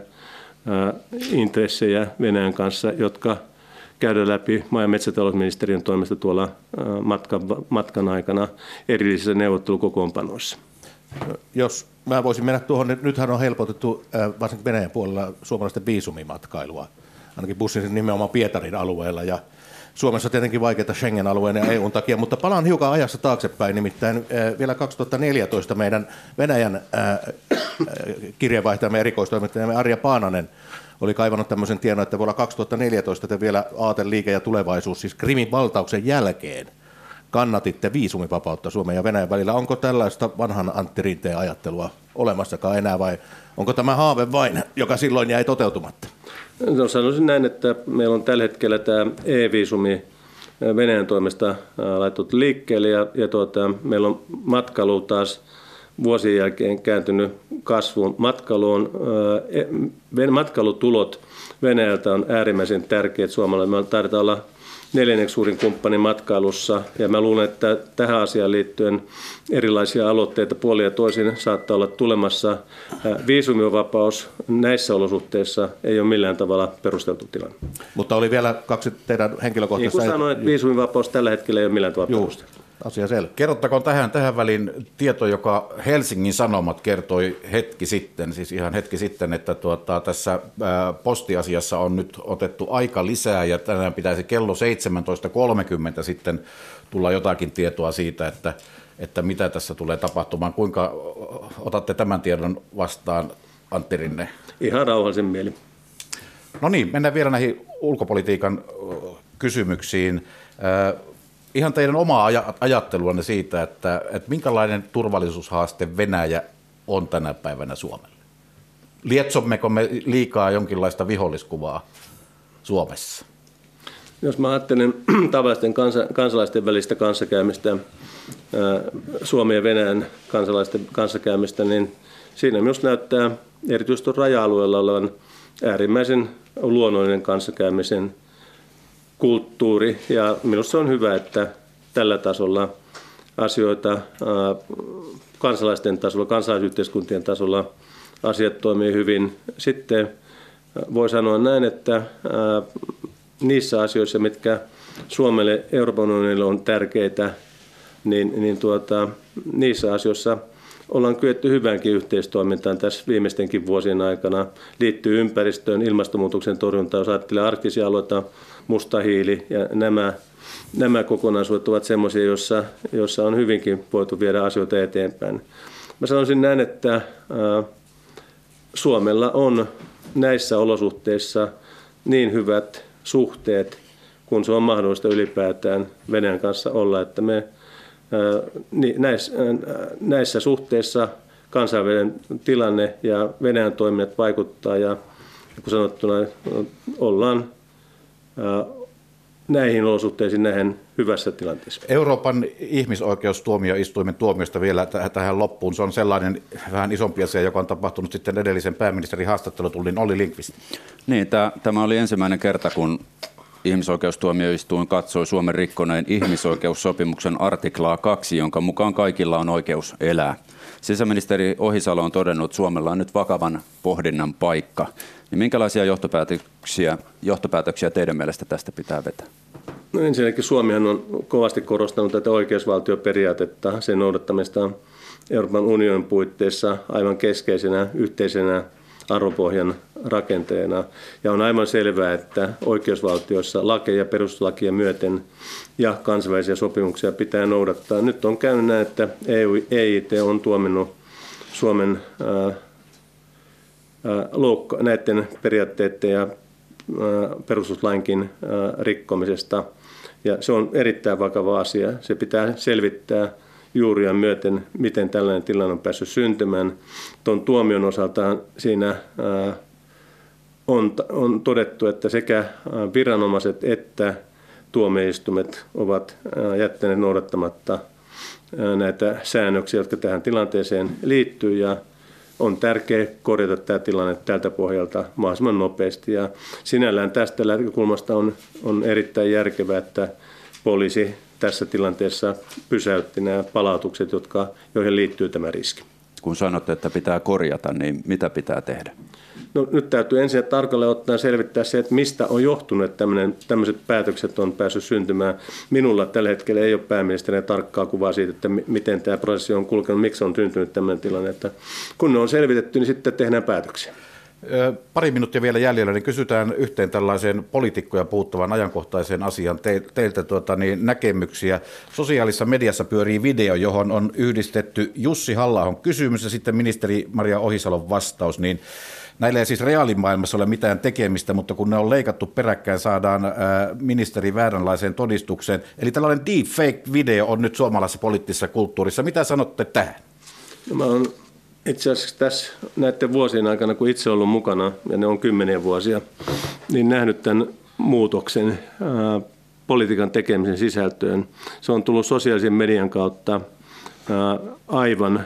intressejä Venäjän kanssa, jotka käydään läpi maa- ja metsätalousministeriön toimesta tuolla matkan aikana erillisissä neuvottelukokoonpanoissa. Jos mä voisin mennä tuohon, nythän on helpotettu varsinkin Venäjän puolella suomalaisten viisumimatkailua, ainakin bussin nimenomaan Pietarin alueella, ja Suomessa tietenkin vaikeita Schengen-alueen ja EUn takia, mutta palaan hiukan ajassa taaksepäin, nimittäin vielä 2014 meidän Venäjän kirjeenvaihtajamme erikoistoimittajamme Arja Paananen oli kaivannut tämmöisen tiedon, että vuonna 2014 te vielä aateliike ja tulevaisuus, siis Krimin valtauksen jälkeen, kannatitte viisumivapautta Suomen ja Venäjän välillä. Onko tällaista vanhan Antti Rinteen ajattelua olemassakaan enää vai onko tämä haave vain, joka silloin jäi toteutumatta? No, sanoisin näin, että meillä on tällä hetkellä tämä e-viisumi Venäjän toimesta laitettu liikkeelle ja meillä on matkailu taas vuosien jälkeen kääntynyt kasvuun. Matkailutulot Venäjältä on äärimmäisen tärkeät suomalaisille. Me taidetaan olla 4. suurin kumppani matkailussa ja mä luulen, että tähän asiaan liittyen erilaisia aloitteita puolin ja toisin saattaa olla tulemassa. Viisumivapaus näissä olosuhteissa ei ole millään tavalla perusteltu tilanne. Mutta oli vielä 2 teidän henkilökohtaista... Niin kuin sanoin, että viisumivapaus tällä hetkellä ei ole millään tavalla perusteltu. Asia selvä. Kerrottakoon tähän väliin tieto, joka Helsingin Sanomat kertoi hetki sitten, että tässä postiasiassa on nyt otettu aika lisää ja tänään pitäisi kello 17.30 sitten tulla jotakin tietoa siitä, että mitä tässä tulee tapahtumaan. Kuinka otatte tämän tiedon vastaan, Antti Rinne? Ihan rauhallisen mieli. No niin, mennään vielä näihin ulkopolitiikan kysymyksiin. Ihan teidän omaa ajatteluanne siitä, että minkälainen turvallisuushaaste Venäjä on tänä päivänä Suomelle? Lietsommeko me liikaa jonkinlaista viholliskuvaa Suomessa? Jos mä ajattelen tavallisten kansalaisten välistä kanssakäymistä, Suomen ja Venäjän kansalaisten kanssakäymistä, niin siinä myös näyttää erityisesti raja-alueella olevan äärimmäisen luonnollinen kanssakäymisen kulttuuri, ja minusta on hyvä, että tällä tasolla asioita kansalaisten tasolla, kansalaisyhteiskuntien tasolla asiat toimii hyvin. Sitten voi sanoa näin, että niissä asioissa, mitkä Suomelle Euroopan unionille on tärkeitä, niissä asioissa ollaan kyetty hyvänkin yhteistoimintaan tässä viimeistenkin vuosien aikana. Liittyy ympäristöön, ilmastonmuutoksen torjuntaan, jos ajattelee arktisia alueita, musta hiili ja nämä kokonaisuudet ovat sellaisia, joissa on hyvinkin voitu viedä asioita eteenpäin. Mä sanoisin näin, että Suomella on näissä olosuhteissa niin hyvät suhteet, kun se on mahdollista ylipäätään Venäjän kanssa olla, että me näissä suhteissa kansainvälinen tilanne ja Venäjän toimijat vaikuttaa ja kun sanottuna ollaan näihin olosuhteisiin nähen hyvässä tilanteessa. Euroopan ihmisoikeustuomioistuimen tuomiosta vielä tähän loppuun. Se on sellainen vähän isompi asia, joka on tapahtunut sitten edellisen pääministerin haastattelutullin Olli Lindqvist. Niin, tämä oli ensimmäinen kerta, kun ihmisoikeustuomioistuin katsoi Suomen rikkoneen ihmisoikeussopimuksen artiklaa 2, jonka mukaan kaikilla on oikeus elää. Sisäministeri Ohisalo on todennut, että Suomella on nyt vakavan pohdinnan paikka. Niin minkälaisia johtopäätöksiä teidän mielestä tästä pitää vetää? No ensinnäkin Suomihan on kovasti korostanut tätä oikeusvaltioperiaatetta, sen noudattamista Euroopan unionin puitteissa aivan keskeisenä yhteisenä arvopohjan rakenteena. Ja on aivan selvää, että oikeusvaltioissa lakeja, perustuslakia myöten ja kansainvälisiä sopimuksia pitää noudattaa. Nyt on käynyt näin, että EIT on tuominnut Suomen näiden periaatteiden ja perustuslainkin rikkomisesta. Ja se on erittäin vakava asia. Se pitää selvittää juuria myöten, miten tällainen tilanne on päässyt syntymään. Tuon tuomion osalta siinä on todettu, että sekä viranomaiset että tuomioistuimet ovat jättäneet noudattamatta näitä säännöksiä, jotka tähän tilanteeseen liittyy, ja on tärkeää korjata tämä tilanne tältä pohjalta mahdollisimman nopeasti. Ja sinällään tästä näkökulmasta on erittäin järkevää, että poliisi tässä tilanteessa pysäytti nämä palautukset, joihin liittyy tämä riski. Kun sanotte, että pitää korjata, niin mitä pitää tehdä? No, nyt täytyy ensin tarkalleen ottaa selvittää se, että mistä on johtunut, että tämmöiset päätökset on päässyt syntymään. Minulla tällä hetkellä ei ole pääministeriä tarkkaa kuvaa siitä, että miten tämä prosessi on kulkenut, miksi on syntynyt tämmöinen tilanne. Että kun ne on selvitetty, niin sitten tehdään päätöksiä. Pari minuuttia vielä jäljellä, niin kysytään yhteen tällaiseen poliitikkoja puuttuvan ajankohtaiseen asian teiltä näkemyksiä. Sosiaalisessa mediassa pyörii video, johon on yhdistetty Jussi Halla-ahon kysymys ja sitten ministeri Maria Ohisalon vastaus. Niin näillä ei siis reaalimaailmassa ole mitään tekemistä, mutta kun ne on leikattu peräkkäin, saadaan ministeri vääränlaiseen todistukseen. Eli tällainen deepfake-video on nyt suomalaisessa poliittisessa kulttuurissa. Mitä sanotte tähän? No, mä olen itse asiassa tässä näiden vuosien aikana, kun itse ollut mukana, ja ne on 10 vuosia, niin nähnyt tämän muutoksen politiikan tekemisen sisältöön. Se on tullut sosiaalisen median kautta aivan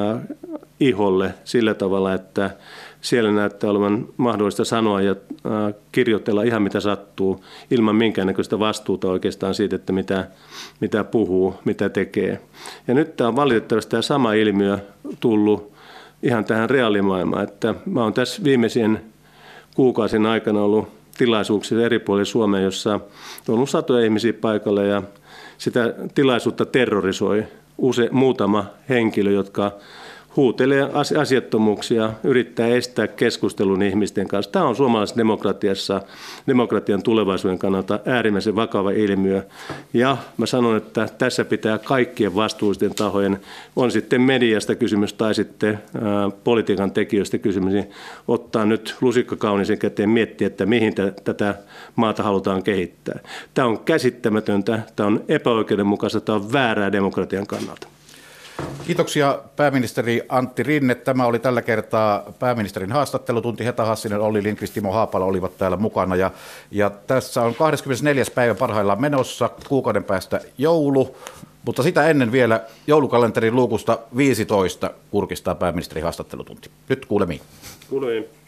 iholle sillä tavalla, että siellä näyttää olevan mahdollista sanoa ja kirjoitella ihan mitä sattuu, ilman minkäännäköistä vastuuta oikeastaan siitä, että mitä puhuu, mitä tekee. Ja nyt tämä on valitettavasti tämä sama ilmiö tullut ihan tähän reaalimaailmaan, että mä oon tässä viimeisien kuukausien aikana ollut tilaisuuksia eri puolilla Suomea, jossa on ollut satoja ihmisiä paikalla, ja sitä tilaisuutta terrorisoi muutama henkilö, jotka huutelee asiattomuuksia, yrittää estää keskustelun ihmisten kanssa. Tämä on suomalaisessa demokratiassa, demokratian tulevaisuuden kannalta äärimmäisen vakava ilmiö. Ja mä sanon, että tässä pitää kaikkien vastuullisten tahojen, on sitten mediasta kysymys tai sitten politiikan tekijöistä kysymys, niin ottaa nyt lusikka kauniisen käteen, miettiä, että mihin tätä maata halutaan kehittää. Tämä on käsittämätöntä, tämä on epäoikeudenmukaista, tämä on väärää demokratian kannalta. Kiitoksia pääministeri Antti Rinne. Tämä oli tällä kertaa pääministerin haastattelutunti. Heta Hassinen, Olli Lindqvist, Timo Haapala olivat täällä mukana. Ja tässä on 24. päivä parhaillaan menossa, kuukauden päästä joulu. Mutta sitä ennen vielä joulukalenterin luukusta 15 kurkistaa pääministerin haastattelutunti. Nyt kuulemiin. Kuulemiin.